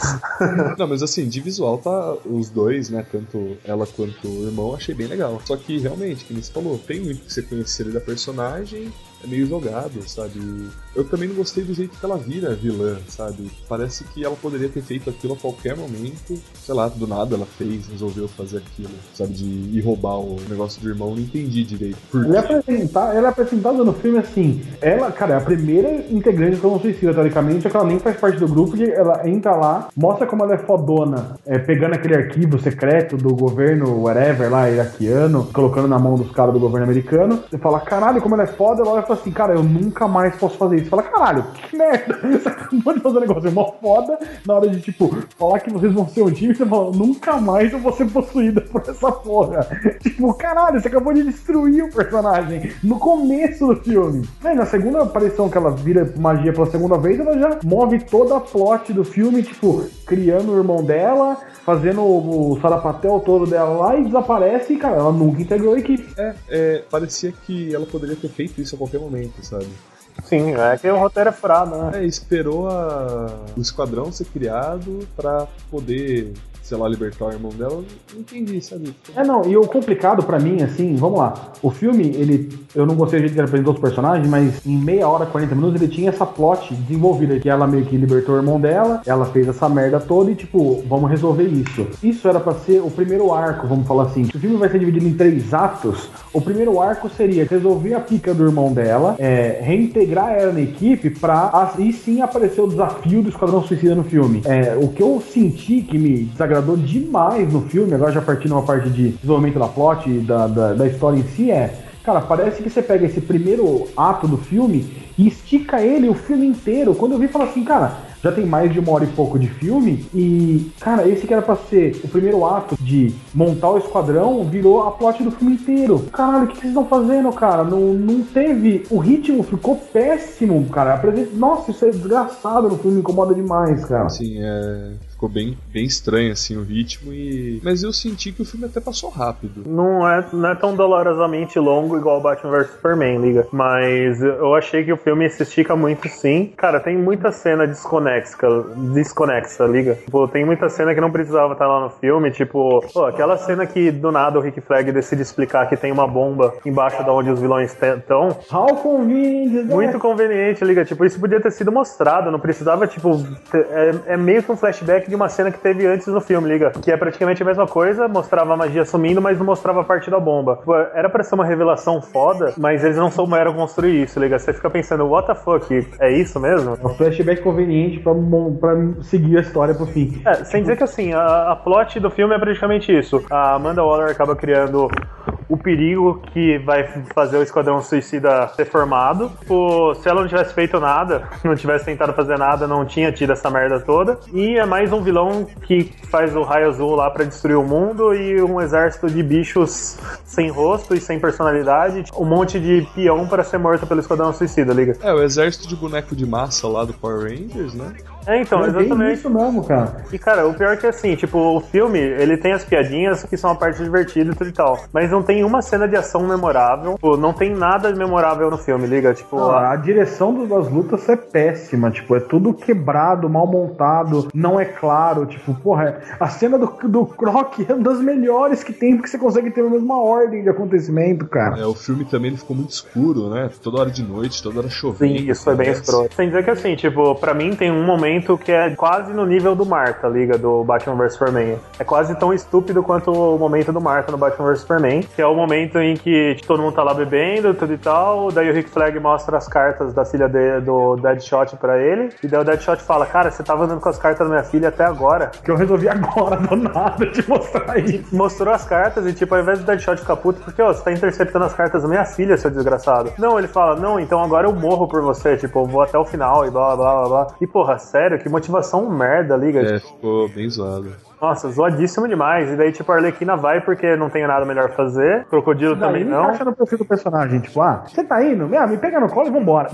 é... Não, mas assim, de visual tá os dois, né? Tanto ela quanto o irmão, achei bem legal. Só que, realmente, como você falou, tem muito que você conhecer da personagem... É meio jogado, sabe? Eu também não gostei do jeito que ela vira vilã, sabe? Parece que ela poderia ter feito aquilo a qualquer momento. Sei lá, do nada ela fez, resolveu fazer aquilo, sabe? De ir roubar o negócio do irmão, não entendi direito. Por ela, é apresentada, ela é apresentada no filme assim. Ela, cara, é a primeira integrante do Esquadrão Suicida, teoricamente, é que ela nem faz parte do grupo, que ela entra lá, mostra como ela é fodona, é, pegando aquele arquivo secreto do governo, whatever, lá, iraquiano, colocando na mão dos caras do governo americano. Você fala, caralho, como ela é foda, ela vai assim, cara, eu nunca mais posso fazer isso. Fala, caralho, que merda. Você acabou de fazer um negócio mó foda, na hora de, tipo, falar que vocês vão ser um time, você fala, nunca mais eu vou ser possuída por essa porra. Tipo, caralho, você acabou de destruir o personagem no começo do filme. Aí, na segunda aparição que ela vira magia pela segunda vez, ela já move toda a plot do filme, tipo, criando o irmão dela, fazendo o sarapatel todo dela lá e desaparece e, cara, ela nunca integrou a equipe. É, é, parecia que ela poderia ter feito isso a qualquer momento, sabe? Sim, é que o roteiro é furado, né? É, esperou a... o esquadrão ser criado pra poder, sei lá, libertar o irmão dela. Não entendi, sabe? É, não, e o complicado pra mim, assim, vamos lá. O filme, ele, eu não gostei do jeito que ele apresentou os personagens, mas em meia hora, quarenta minutos, ele tinha essa plot desenvolvida, que ela meio que libertou o irmão dela, ela fez essa merda toda e, tipo, vamos resolver isso. Isso era pra ser o primeiro arco, vamos falar assim. Se o filme vai ser dividido em três atos, o primeiro arco seria resolver a pica do irmão dela, é, reintegrar ela na equipe pra aí sim aparecer o desafio do Esquadrão Suicida no filme. É, o que eu senti que me desagradou demais no filme, agora já partindo uma parte de desenvolvimento da plot e da, da, da história em si, é, cara, parece que você pega esse primeiro ato do filme e estica ele o filme inteiro. Quando eu vi, falar assim, cara, já tem mais de uma hora e pouco de filme e, cara, esse que era pra ser o primeiro ato de montar o esquadrão virou a plot do filme inteiro. Caralho, o que vocês estão fazendo, cara? Não, não teve... O ritmo ficou péssimo, cara. Nossa, isso é desgraçado no filme, me incomoda demais, cara. Sim, é... Ficou bem, bem estranho, assim, o ritmo e... Mas eu senti que o filme até passou rápido. Não é, não é tão dolorosamente longo igual Batman versus. Superman, liga. Mas eu achei que o filme se estica muito, sim. Cara, tem muita cena desconexa, desconexa, liga. Tipo, tem muita cena que não precisava estar lá no filme, tipo... Pô, aquela cena que do nada o Rick Flag decide explicar que tem uma bomba embaixo de onde os vilões estão. How convenient, muito conveniente, liga. Tipo, isso podia ter sido mostrado, não precisava, tipo... Ter, é, é meio que um flashback flashback de uma cena que teve antes no filme, liga? Que é praticamente a mesma coisa, mostrava a magia sumindo, mas não mostrava a parte da bomba. Tipo, era pra ser uma revelação foda, mas eles não souberam construir isso, liga? Você fica pensando, what the fuck, é isso mesmo? É um flashback conveniente pra, pra seguir a história pro fim. É, sem dizer que assim, a, a plot do filme é praticamente isso. A Amanda Waller acaba criando o perigo que vai fazer o Esquadrão Suicida ser formado. Tipo, se ela não tivesse feito nada, não tivesse tentado fazer nada, não tinha tido essa merda toda. E é mais um vilão que faz o raio azul lá pra destruir o mundo e um exército de bichos sem rosto e sem personalidade. Um monte de peão para ser morto pelo Esquadrão Suicida, liga? É, o exército de boneco de massa lá do Power Rangers, né? É, então, é exatamente. isso mesmo, cara. E, cara, o pior é que, assim, tipo, o filme, ele tem as piadinhas que são a parte divertida e tudo e tal, mas não tem uma cena de ação memorável, tipo, não tem nada memorável no filme, liga? Tipo, não, a... a direção das lutas é péssima, tipo, é tudo quebrado, mal montado, não é claro, tipo, porra, a cena do, do Croc é uma das melhores que tem, porque você consegue ter a mesma ordem de acontecimento, cara. É, o filme também ele ficou muito escuro, né? Toda hora de noite, toda hora chovendo. Sim, isso foi bem escroto. Sem dizer que, assim, tipo, pra mim tem um momento que é quase no nível do Marta, liga, do Batman versus. Superman. É quase tão estúpido quanto o momento do Marta no Batman versus. Superman, que é o momento em que todo mundo tá lá bebendo, tudo e tal, daí o Rick Flag mostra as cartas da filha de, do Deadshot pra ele, e daí o Deadshot fala, cara, você tava andando com as cartas da minha filha até agora. Que eu resolvi agora, do nada, de mostrar isso. E mostrou as cartas e, tipo, ao invés do Deadshot ficar puto, porque, ó, você tá interceptando as cartas da minha filha, seu desgraçado. Não, ele fala, não, então agora eu morro por você, tipo, eu vou até o final e blá, blá, blá, blá. E, porra, sério, que motivação merda, liga. É, tipo, ficou bem zoado. Nossa, zoadíssimo demais. E daí, tipo, a Arlequina vai porque não tem nada melhor pra fazer. Crocodilo daí, também não. encaixa no perfil do personagem, tipo, ah, você tá indo? Ah, me pega no colo e vambora.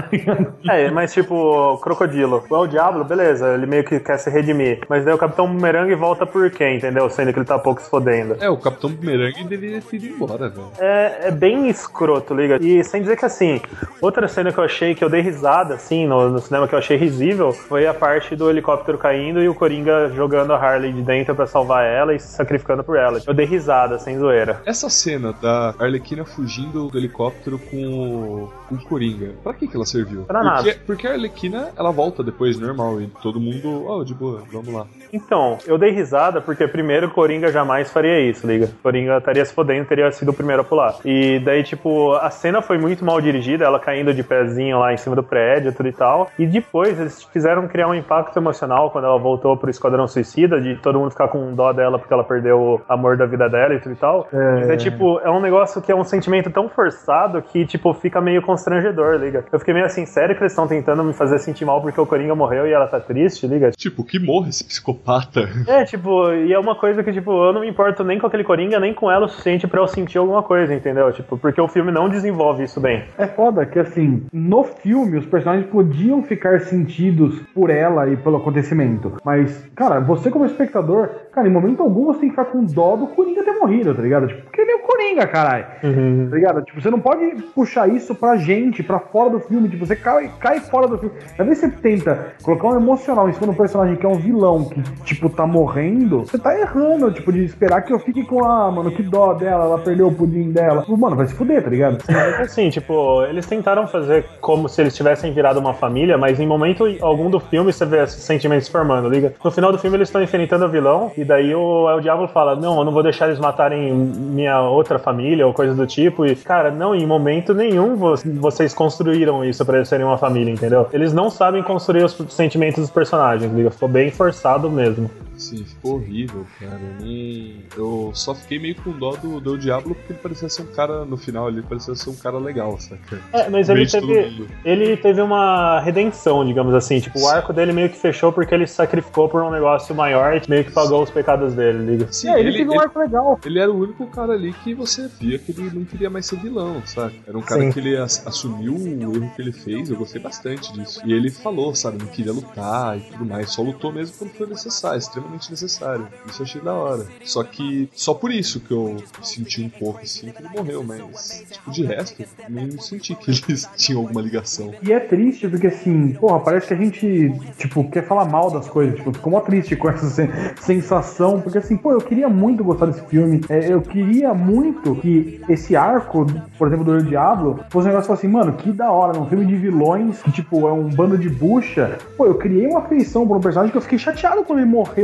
É, mas tipo, Crocodilo. O El Diablo, beleza, ele meio que quer se redimir. Mas daí o Capitão Boomerang volta por quê, entendeu? Sendo que ele tá pouco se fodendo. É, o Capitão Boomerang deveria ter ido embora, velho. É, é bem escroto, liga. E sem dizer que, assim, outra cena que eu achei que eu dei risada, assim, no, no cinema que eu achei risível, foi a parte do helicóptero caindo e o Coringa jogando a Harley de dentro pra salvar ela e se sacrificando por ela. Eu dei risada, sem zoeira. Essa cena da Arlequina fugindo do helicóptero com o, com o Coringa, pra que que ela serviu? Pra porque, nada. Porque a Arlequina, ela volta depois, normal, e todo mundo, ó, oh, de boa, vamos lá. Então, eu dei risada porque primeiro o Coringa jamais faria isso, liga. O Coringa estaria se fodendo, teria sido o primeiro a pular. E daí, tipo, a cena foi muito mal dirigida, ela caindo de pezinho lá em cima do prédio, tudo e tal. E depois eles quiseram criar um impacto emocional quando ela voltou pro Esquadrão Suicida, de todo mundo ficar com dó dela porque ela perdeu o amor da vida dela e tudo e tal. É... Mas é tipo, é um negócio que é um sentimento tão forçado que, tipo, fica meio constrangedor, liga. Eu fiquei meio assim, sério que eles estão tentando me fazer sentir mal porque o Coringa morreu e ela tá triste, liga? Tipo, que morra esse psicopata. É, tipo, e é uma coisa que, tipo, eu não me importo nem com aquele Coringa, nem com ela o suficiente pra eu sentir alguma coisa, entendeu? Tipo, porque o filme não desenvolve isso bem. É foda que, assim, no filme os personagens podiam ficar sentidos por ela e pelo acontecimento, mas, cara, você como espectador, cara, em momento algum você tem que ficar com dó do Coringa ter morrido, tá ligado? Tipo, porque ele é o Coringa, caralho. Uhum. Tá ligado? Tipo, você não pode puxar isso pra gente, pra fora do filme, tipo, você cai, cai fora do filme. Às vezes você tenta colocar um emocional em cima de um personagem que é um vilão, que, tipo, tá morrendo, você tá errando, tipo, de esperar que eu fique com, ah, mano, que dó dela, ela perdeu o pudim dela. Tipo, mano, vai se fuder, tá ligado? É assim, tipo, eles tentaram fazer como se eles tivessem virado uma família, mas em momento algum do filme você vê esses sentimentos se formando, liga? No final do filme eles estão enfrentando o vilão, e daí o El Diablo fala, não, eu não vou deixar eles matarem minha outra família, ou coisa do tipo, e, cara, não, em momento nenhum vocês construíram isso pra eles serem uma família, entendeu? Eles não sabem construir os sentimentos dos personagens, liga? Ficou bem forçado mesmo. Sim, ficou horrível, cara. Eu, nem... eu só fiquei meio com dó do, do Diablo porque ele parecia ser um cara, no final, ele parecia ser um cara legal, saca? É, mas ele teve, ele teve uma redenção, digamos assim. Tipo, Sim. O arco dele meio que fechou porque ele se sacrificou por um negócio maior e meio que pagou os pecados dele, liga? Sim, é, ele, ele teve um arco legal. Ele era o único cara ali que você via que ele não queria mais ser vilão, saca? Era um cara Sim. que ele ass- assumiu o erro que ele fez, eu gostei bastante disso. E ele falou, sabe, não queria lutar e tudo mais, só lutou mesmo quando foi necessário, extremamente necessário. Isso eu achei da hora. Só que, só por isso que eu senti um pouco assim que ele morreu, mas, tipo, de resto, nem senti que eles tinham alguma ligação. E é triste porque, assim, porra, parece que a gente, tipo, quer falar mal das coisas, tipo, ficou mó triste com essa sen- sensação, porque, assim, pô, eu queria muito gostar desse filme, é, eu queria muito que esse arco, por exemplo, do El Diablo, fosse um negócio assim, mano, que da hora, um filme de vilões, que, tipo, é um bando de bucha, pô, eu criei uma afeição por um personagem que eu fiquei chateado quando ele morreu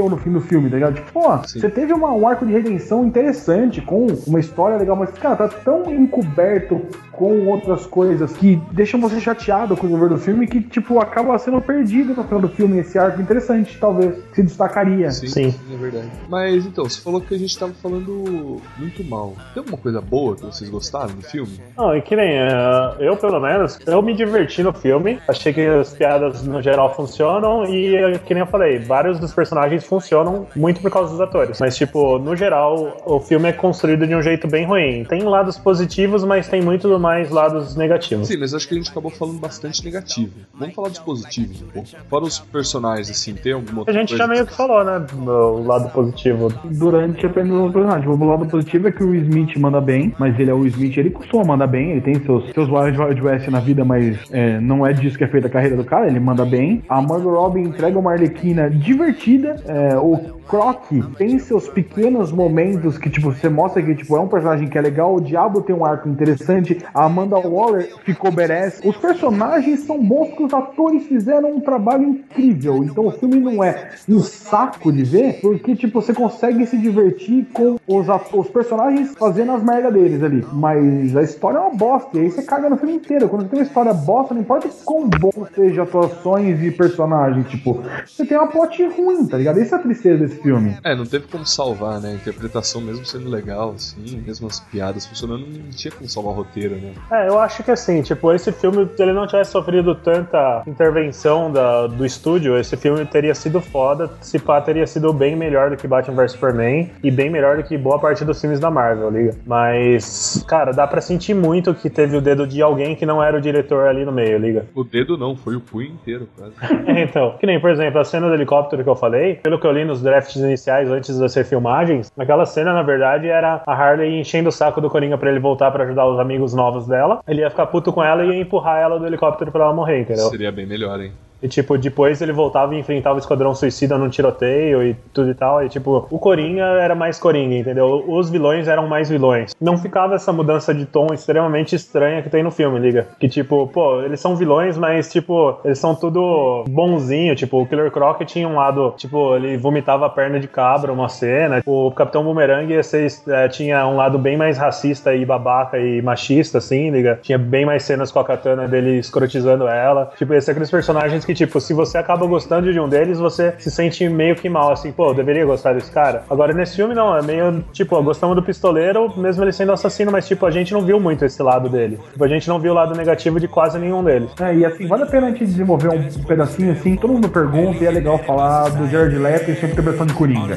no fim do filme, tá ligado? Tipo, pô, Sim. você teve uma, um arco de redenção interessante, com uma história legal, mas, cara, tá tão encoberto com outras coisas que deixam você chateado com o desenvolver do filme que, tipo, acaba sendo perdido no final do filme, esse arco interessante, talvez, que se destacaria. Sim, Sim. sim, é verdade. Mas, então, você falou que a gente tava falando muito mal. Tem alguma coisa boa que vocês gostaram do filme? Não, e que nem uh, eu, pelo menos, eu me diverti no filme. Achei que as piadas no geral funcionam e, que nem eu falei, vários dos personagens funcionam muito por causa dos atores. Mas, tipo, no geral, o filme é construído de um jeito bem ruim. Tem lados positivos, mas tem muito mais lados negativos. Sim, mas acho que a gente acabou falando bastante negativo. Vamos falar dos positivos um pouco. Fora os personagens, assim, tem alguma A gente coisa já meio que falou, né? O lado positivo. Durante apenas os personagens. O lado positivo é que o Will Smith manda bem, mas ele é o Will Smith, ele costuma mandar bem, ele tem seus, seus Wild West na vida, mas é, não é disso que é feita a carreira do cara, ele manda bem. A Margot Robbie entrega uma Arlequina divertida, é, o Croc tem seus pequenos momentos que, tipo, você mostra que, tipo, é um personagem que é legal, o Diabo tem um arco interessante, a Amanda Waller ficou badass. Os personagens são bons porque os atores fizeram um trabalho incrível, então o filme não é um saco de ver, porque, tipo, você consegue se divertir com os, os personagens fazendo as merdas deles ali, mas a história é uma bosta, e aí você caga no filme inteiro. Quando você tem uma história bosta, não importa quão bom seja atuações e personagens, tipo, você tem uma plot ruim, tá ligado? Essa é a tristeza desse filme. É, não teve como salvar, né? A interpretação, mesmo sendo legal, assim, mesmo as piadas funcionando, não tinha como salvar o roteiro, né? É, eu acho que assim, tipo, esse filme, se ele não tivesse sofrido tanta intervenção da, do estúdio, esse filme teria sido foda, se pá, teria sido bem melhor do que Batman versus. Superman e bem melhor do que boa parte dos filmes da Marvel, liga? Mas, cara, dá pra sentir muito que teve o dedo de alguém que não era o diretor ali no meio, liga? O dedo não, foi o punho inteiro, quase. É, então, que nem, por exemplo, a cena do helicóptero que eu falei, pelo que eu li nos drafts iniciais antes de ser filmagens, naquela cena, na verdade, era a Harley enchendo o saco do Coringa pra ele voltar pra ajudar os amigos novos dela. Ele ia ficar puto com ela e ia empurrar ela do helicóptero pra ela morrer, entendeu? Seria bem melhor, hein? E, tipo, depois ele voltava e enfrentava o Esquadrão Suicida num tiroteio e tudo e tal. E, tipo, o Coringa era mais Coringa, entendeu? Os vilões eram mais vilões. Não ficava essa mudança de tom extremamente estranha que tem no filme, liga? Que, tipo, pô, eles são vilões, mas, tipo, eles são tudo bonzinho. Tipo, o Killer Croc tinha um lado, tipo, ele vomitava a perna de cabra, uma cena. O Capitão Boomerang esse, é, tinha um lado bem mais racista e babaca e machista, assim, liga? Tinha bem mais cenas com a katana dele escrotizando ela. Tipo, esses aqueles personagens que, tipo, se você acaba gostando de um deles, você se sente meio que mal, assim, pô, eu deveria gostar desse cara. Agora, nesse filme, não, é meio, tipo, gostamos do pistoleiro, mesmo ele sendo assassino, mas, tipo, a gente não viu muito esse lado dele. Tipo, a gente não viu o lado negativo de quase nenhum deles. É, e assim, vale a pena a gente desenvolver um pedacinho assim, todo mundo pergunta e é legal falar do Jared Leto e sua interpretação de Coringa.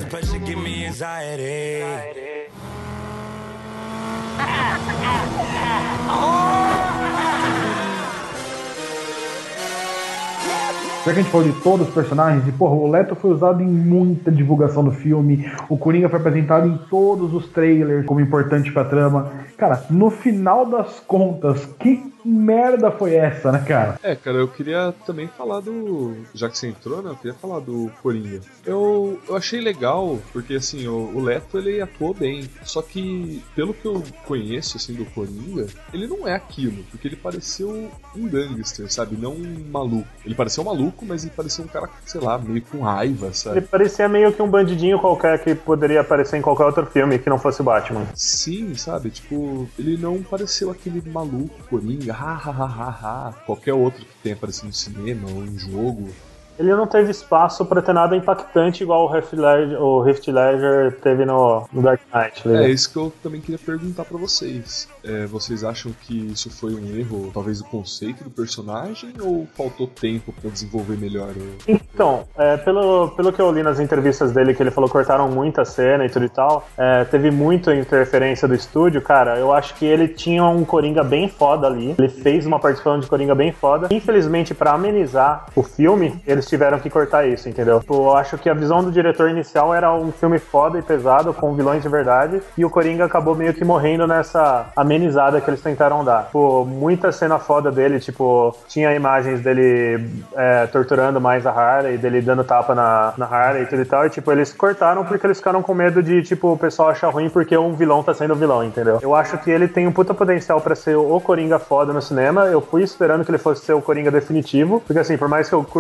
Já que a gente falou de todos os personagens, e porra, o Leto foi usado em muita divulgação do filme, o Coringa foi apresentado em todos os trailers como importante pra trama. Cara, no final das contas, que merda foi essa, né, cara? É, cara, eu queria também falar do... Já que você entrou, né, eu queria falar do Coringa. Eu, eu achei legal, porque, assim, o, o Leto, ele atuou bem. Só que, pelo que eu conheço, assim, do Coringa, ele não é aquilo, porque ele pareceu um gangster, sabe? Não um maluco. Ele pareceu um maluco, mas ele parecia um cara, sei lá, meio com raiva, sabe? Ele parecia meio que um bandidinho qualquer que poderia aparecer em qualquer outro filme que não fosse o Batman. Sim, sabe? Tipo, ele não pareceu aquele maluco Coringa, ha, ha, ha, ha, ha. Qualquer outro que tenha aparecido no cinema ou em jogo. Ele não teve espaço pra ter nada impactante igual o Heath Ledger, o Heath Ledger teve no, no Dark Knight. Legal? É isso que eu também queria perguntar pra vocês. É, vocês acham que isso foi um erro, talvez, do conceito do personagem, ou faltou tempo pra desenvolver melhor? O... Então, é, pelo, pelo que eu li nas entrevistas dele, que ele falou que cortaram muita cena e tudo e tal, é, teve muita interferência do estúdio, cara, eu acho que ele tinha um Coringa bem foda ali, ele fez uma participação de Coringa bem foda. Infelizmente, pra amenizar o filme, eles tiveram que cortar isso, entendeu? Eu acho que a visão do diretor inicial era um filme foda e pesado, com vilões de verdade, e o Coringa acabou meio que morrendo nessa amenizada que eles tentaram dar. Pô, muita cena foda dele, tipo, tinha imagens dele é, torturando mais a Harley, dele dando tapa na, na Harley e tudo e tal, e tipo, eles cortaram porque eles ficaram com medo de, tipo, o pessoal achar ruim porque um vilão tá sendo vilão, entendeu? Eu acho que ele tem um puta potencial pra ser o Coringa foda no cinema, eu fui esperando que ele fosse ser o Coringa definitivo, porque assim, por mais que eu curta o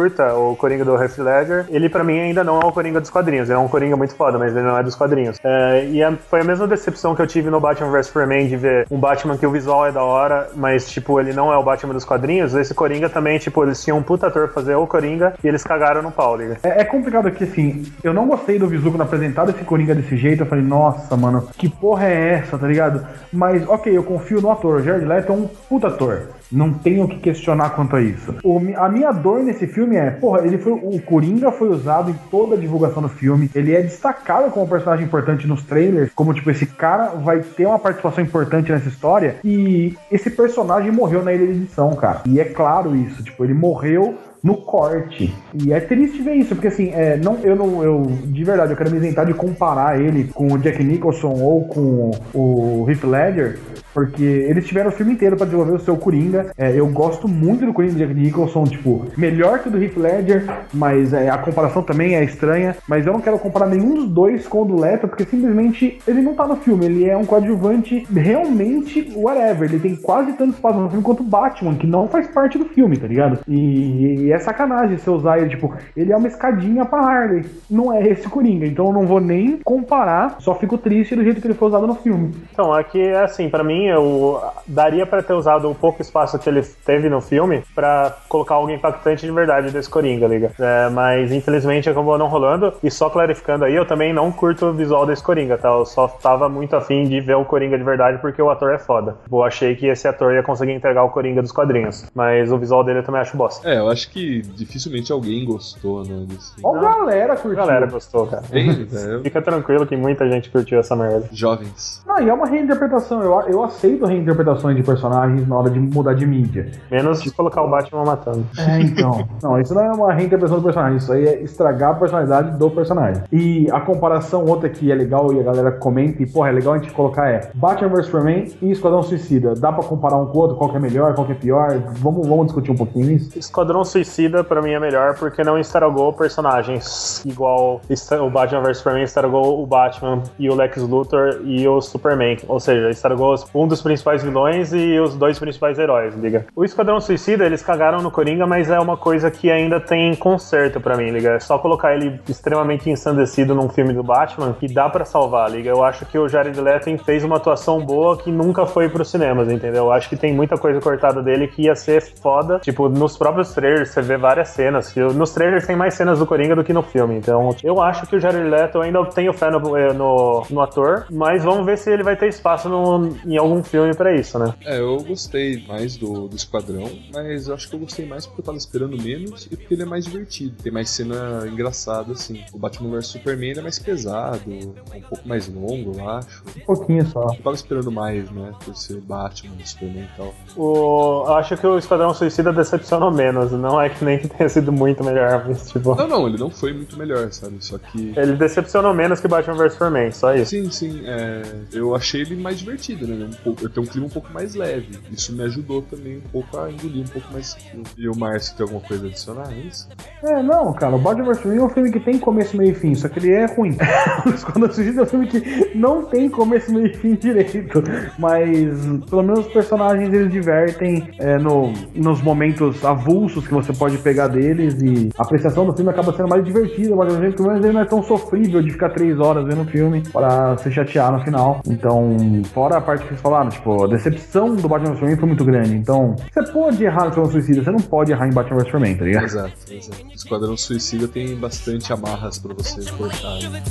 o Coringa do Heath Ledger, ele pra mim ainda não é o Coringa dos quadrinhos. Ele é um Coringa muito foda, mas ele não é dos quadrinhos. É, e a, foi a mesma decepção que eu tive no Batman versus. Superman, de ver um Batman que o visual é da hora, mas, tipo, ele não é o Batman dos quadrinhos. Esse Coringa também, tipo, eles tinham um puta ator pra fazer o Coringa e eles cagaram no pau, liga. É, é complicado aqui, assim, eu não gostei do visual quando apresentaram esse Coringa desse jeito. Eu falei, nossa, mano, que porra é essa, tá ligado? Mas, ok, eu confio no ator. O Jared Leto é um puta ator. Não tenho o que questionar quanto a isso. O, a minha dor nesse filme é, porra, ele foi, o Coringa foi usado em toda a divulgação do filme. Ele é destacado como personagem importante nos trailers, como, tipo, esse cara vai ter uma participação importante nessa história. E esse personagem morreu na ilha de edição, cara. E é claro isso, tipo, ele morreu no corte. E é triste ver isso, porque assim, é, não, eu não, eu, de verdade, eu quero me isentar de comparar ele com o Jack Nicholson ou com o Heath Ledger, porque eles tiveram o filme inteiro pra desenvolver o seu Coringa. É, eu gosto muito do Coringa do Jack Nicholson, tipo, melhor que o do Heath Ledger, mas é, a comparação também é estranha, mas eu não quero comparar nenhum dos dois com o do Leto, porque simplesmente ele não tá no filme, ele é um coadjuvante realmente whatever, ele tem quase tanto espaço no filme quanto o Batman, que não faz parte do filme, tá ligado? E, e é sacanagem você usar ele, tipo, ele é uma escadinha pra Harley, não é esse Coringa, então eu não vou nem comparar, só fico triste do jeito que ele foi usado no filme. Então, aqui é assim, pra mim, eu daria pra ter usado o pouco espaço que ele teve no filme pra colocar algo impactante de verdade desse Coringa, liga. É, mas infelizmente acabou não rolando, e só clarificando aí, eu também não curto o visual desse Coringa, tá? Eu só tava muito afim de ver o Coringa de verdade porque o ator é foda. Eu achei que esse ator ia conseguir entregar o Coringa dos quadrinhos, mas o visual dele eu também acho bosta. É, eu acho que dificilmente alguém gostou, né? Desse... Ó, a galera curtiu. A galera gostou, cara. Bem, é... Fica tranquilo que muita gente curtiu essa merda. Jovens. Não, e é uma reinterpretação. Eu, eu aceito reinterpretações de personagens na hora de mudar de mídia. Menos de colocar o Batman matando. É, então. Não, isso não é uma reinterpretação do personagem. Isso aí é estragar a personalidade do personagem. E a comparação outra que é legal e a galera comenta, e porra, é legal a gente colocar é Batman versus. Superman e Esquadrão Suicida. Dá pra comparar um com o outro? Qual que é melhor, qual que é pior? Vamos, vamos discutir um pouquinho isso. Esquadrão Suicida pra mim é melhor porque não estragou personagens igual o Batman versus. Superman estragou o Batman e o Lex Luthor e o Superman. Ou seja, estragou um dos principais vilões e os dois principais heróis, liga. O Esquadrão Suicida, eles cagaram no Coringa, mas é uma coisa que ainda tem conserto pra mim, liga. É só colocar ele extremamente ensandecido num filme do Batman que dá pra salvar, liga. Eu acho que o Jared Leto fez uma atuação boa que nunca foi pros cinemas, entendeu? Eu acho que tem muita coisa cortada dele que ia ser foda. Tipo, nos próprios trailers você vê várias cenas. Nos trailers tem mais cenas do Coringa do que no filme, então eu acho que o Jared Leto, eu ainda tenho fé no, no, no ator, mas vamos ver se ele vai ter espaço no, em algum filme pra isso, né? É, eu gostei mais do, do Esquadrão, mas eu acho que eu gostei mais porque eu tava esperando menos e porque ele é mais divertido. Tem mais cena engraçada, assim. O Batman versus. Superman é mais pesado, é um pouco mais longo, eu acho. Um pouquinho só. Eu tava esperando mais, né, por ser Batman, Superman e tal. O, eu acho que o Esquadrão Suicida decepcionou menos, não é que nem que tenha sido muito melhor, mas tipo... Não, não, ele não foi muito melhor, sabe, só que... Ele decepcionou menos que Batman versus. Superman, só isso. Sim, sim, é... eu achei ele mais divertido, né, um pouco... eu tenho um clima um pouco mais leve, isso me ajudou também um pouco a engolir um pouco mais... E o Márcio tem alguma coisa a adicionar, é isso? É, não, cara, o Batman versus. Superman é um filme que tem começo, meio e fim, só que ele é ruim. O Esquadrão Suicida é um filme que não tem começo, meio e fim direito, mas pelo menos os personagens eles divertem é, no, nos momentos avulsos que você pode pegar deles, e a apreciação do filme acaba sendo mais divertida, mas ele não é tão sofrível de ficar três horas vendo o filme para se chatear no final. Então, fora a parte que vocês falaram, tipo, a decepção do Batman versus. Superman foi muito grande, então você pode errar no Esquadrão Suicida, você não pode errar em Batman versus. Superman, tá ligado? Exato, exato. O Esquadrão Suicida tem bastante amarras pra você cortar. Né?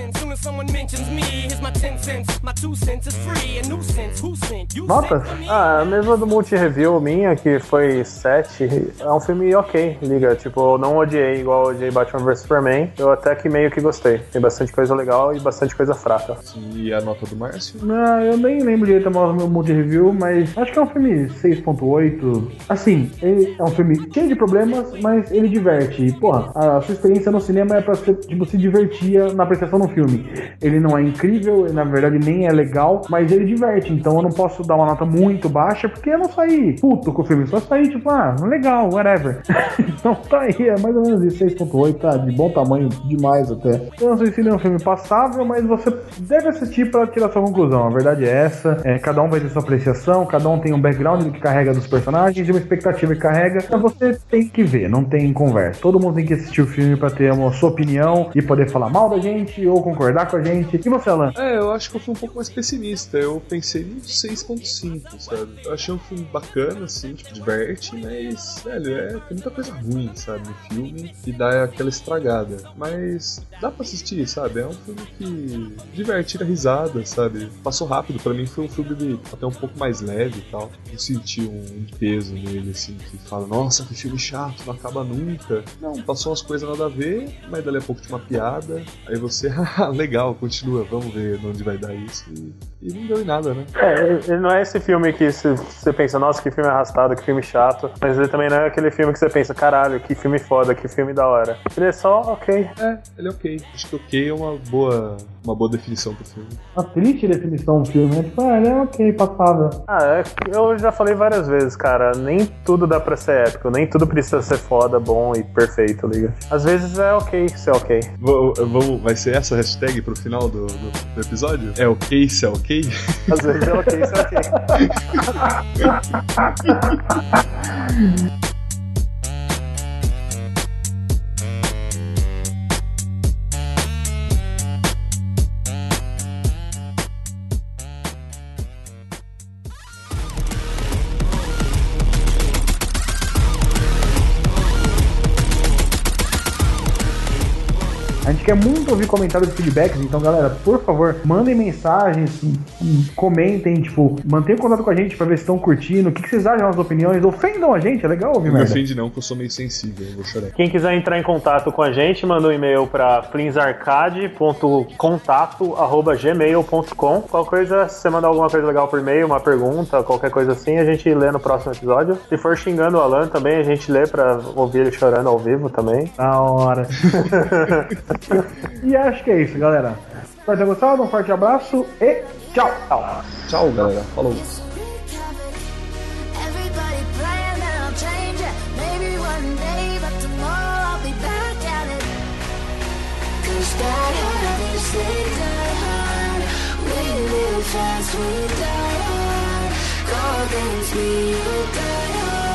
Notas? Ah, a mesma do multi-review minha, que foi sete, é um filme ok, liga, tipo, eu não odiei igual eu odiei Batman versus. Superman, eu até que meio que gostei, tem bastante coisa legal e bastante coisa fraca. E a nota do Márcio? Não, eu nem lembro direito do meu multi-review, mas acho que é um filme seis ponto oito, assim, ele é um filme cheio de problemas, mas ele diverte, e, porra, a sua experiência no cinema é pra você, tipo, se divertir na apreciação do filme. Ele não é incrível, na verdade nem é legal, mas ele diverte, então eu não posso dar uma nota muito baixa, porque eu não saí puto com o filme, só saí tipo, ah, legal, whatever. Então tá aí, é mais ou menos isso, seis ponto oito, tá de bom tamanho, demais até. Eu não sei se ele é um filme passável, mas você deve assistir pra tirar sua conclusão, a verdade é essa. É, cada um vai ter sua apreciação, cada um tem um background que carrega dos personagens e uma expectativa que carrega. Então você tem que ver, não tem conversa. Todo mundo tem que assistir o filme pra ter uma sua opinião e poder falar mal da gente ou concordar com a gente. E você, Alan? É, eu acho que eu fui um pouco mais pessimista. Eu pensei no seis ponto cinco, sabe? Eu achei um filme bacana, assim, tipo, diverte, mas, velho, é, tem muita coisa ruim, sabe, no filme e dá aquela estragada. Mas dá pra assistir, sabe? É um filme que diverte, tira risada, sabe? Passou rápido, pra mim foi um filme de, até um pouco mais leve e tal. Não senti um, um peso nele, assim, que fala, nossa, que filme chato, não acaba nunca. Não, passou umas coisas nada a ver, mas dali a pouco tinha uma piada, aí você, ah, legal, continua, vamos ver onde vai dar isso. E, e não deu em nada, né? É, ele não é esse filme que você pensa, nossa, que filme arrastado, que filme chato, mas ele também não é aquele filme que você pensa, caralho, que filme foda, que filme da hora. Ele é só ok. É, ele é ok. Acho que ok é uma boa, uma boa definição pro filme. Uma triste definição do filme, né? Tipo, ah, ele é ok, passável. Ah, é, eu já falei várias vezes, cara, nem tudo dá pra ser épico, nem tudo precisa ser foda, bom e perfeito, liga. Às vezes é ok ser ok. Vamos, vai ser essa hashtag pro final do, do, do episódio? É ok se é ok? Às vezes é ok ser ok. A gente quer muito ouvir comentários e feedbacks, então, galera, por favor, mandem mensagens, comentem, tipo, mantenham contato com a gente pra ver se estão curtindo, o que, que vocês acham das opiniões, ofendam a gente, é legal ouvir Não me merda. ofende não, que eu sou meio sensível, eu vou chorar. Quem quiser entrar em contato com a gente, manda um e-mail para flinsarcade ponto contato arroba gmail ponto com. Qualquer coisa, se você mandar alguma coisa legal por e-mail, uma pergunta, qualquer coisa assim, a gente lê no próximo episódio. Se for xingando o Alan também, a gente lê pra ouvir ele chorando ao vivo também. Da hora. E acho que é isso, galera. Espero ter gostado, um forte abraço e tchau! Tchau, Tchau, galera. Falou. Everybody praying that I'll change it. Maybe one day, but tomorrow I'll be back at it. 'Cause die hard, they say die hard. We live fast, we die hard. Go against me, you die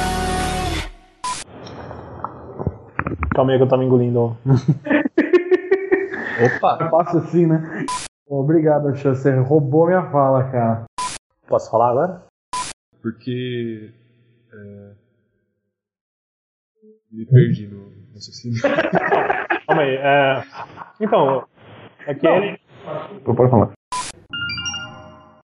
hard. Calma aí que eu tava engolindo. Opa! Eu faço assim, né? Obrigado, Xan, você roubou minha fala, cara. Posso falar agora? Porque... É... Me perdi no raciocínio. Calma aí. É... Então, é que Não. ele... Pode falar.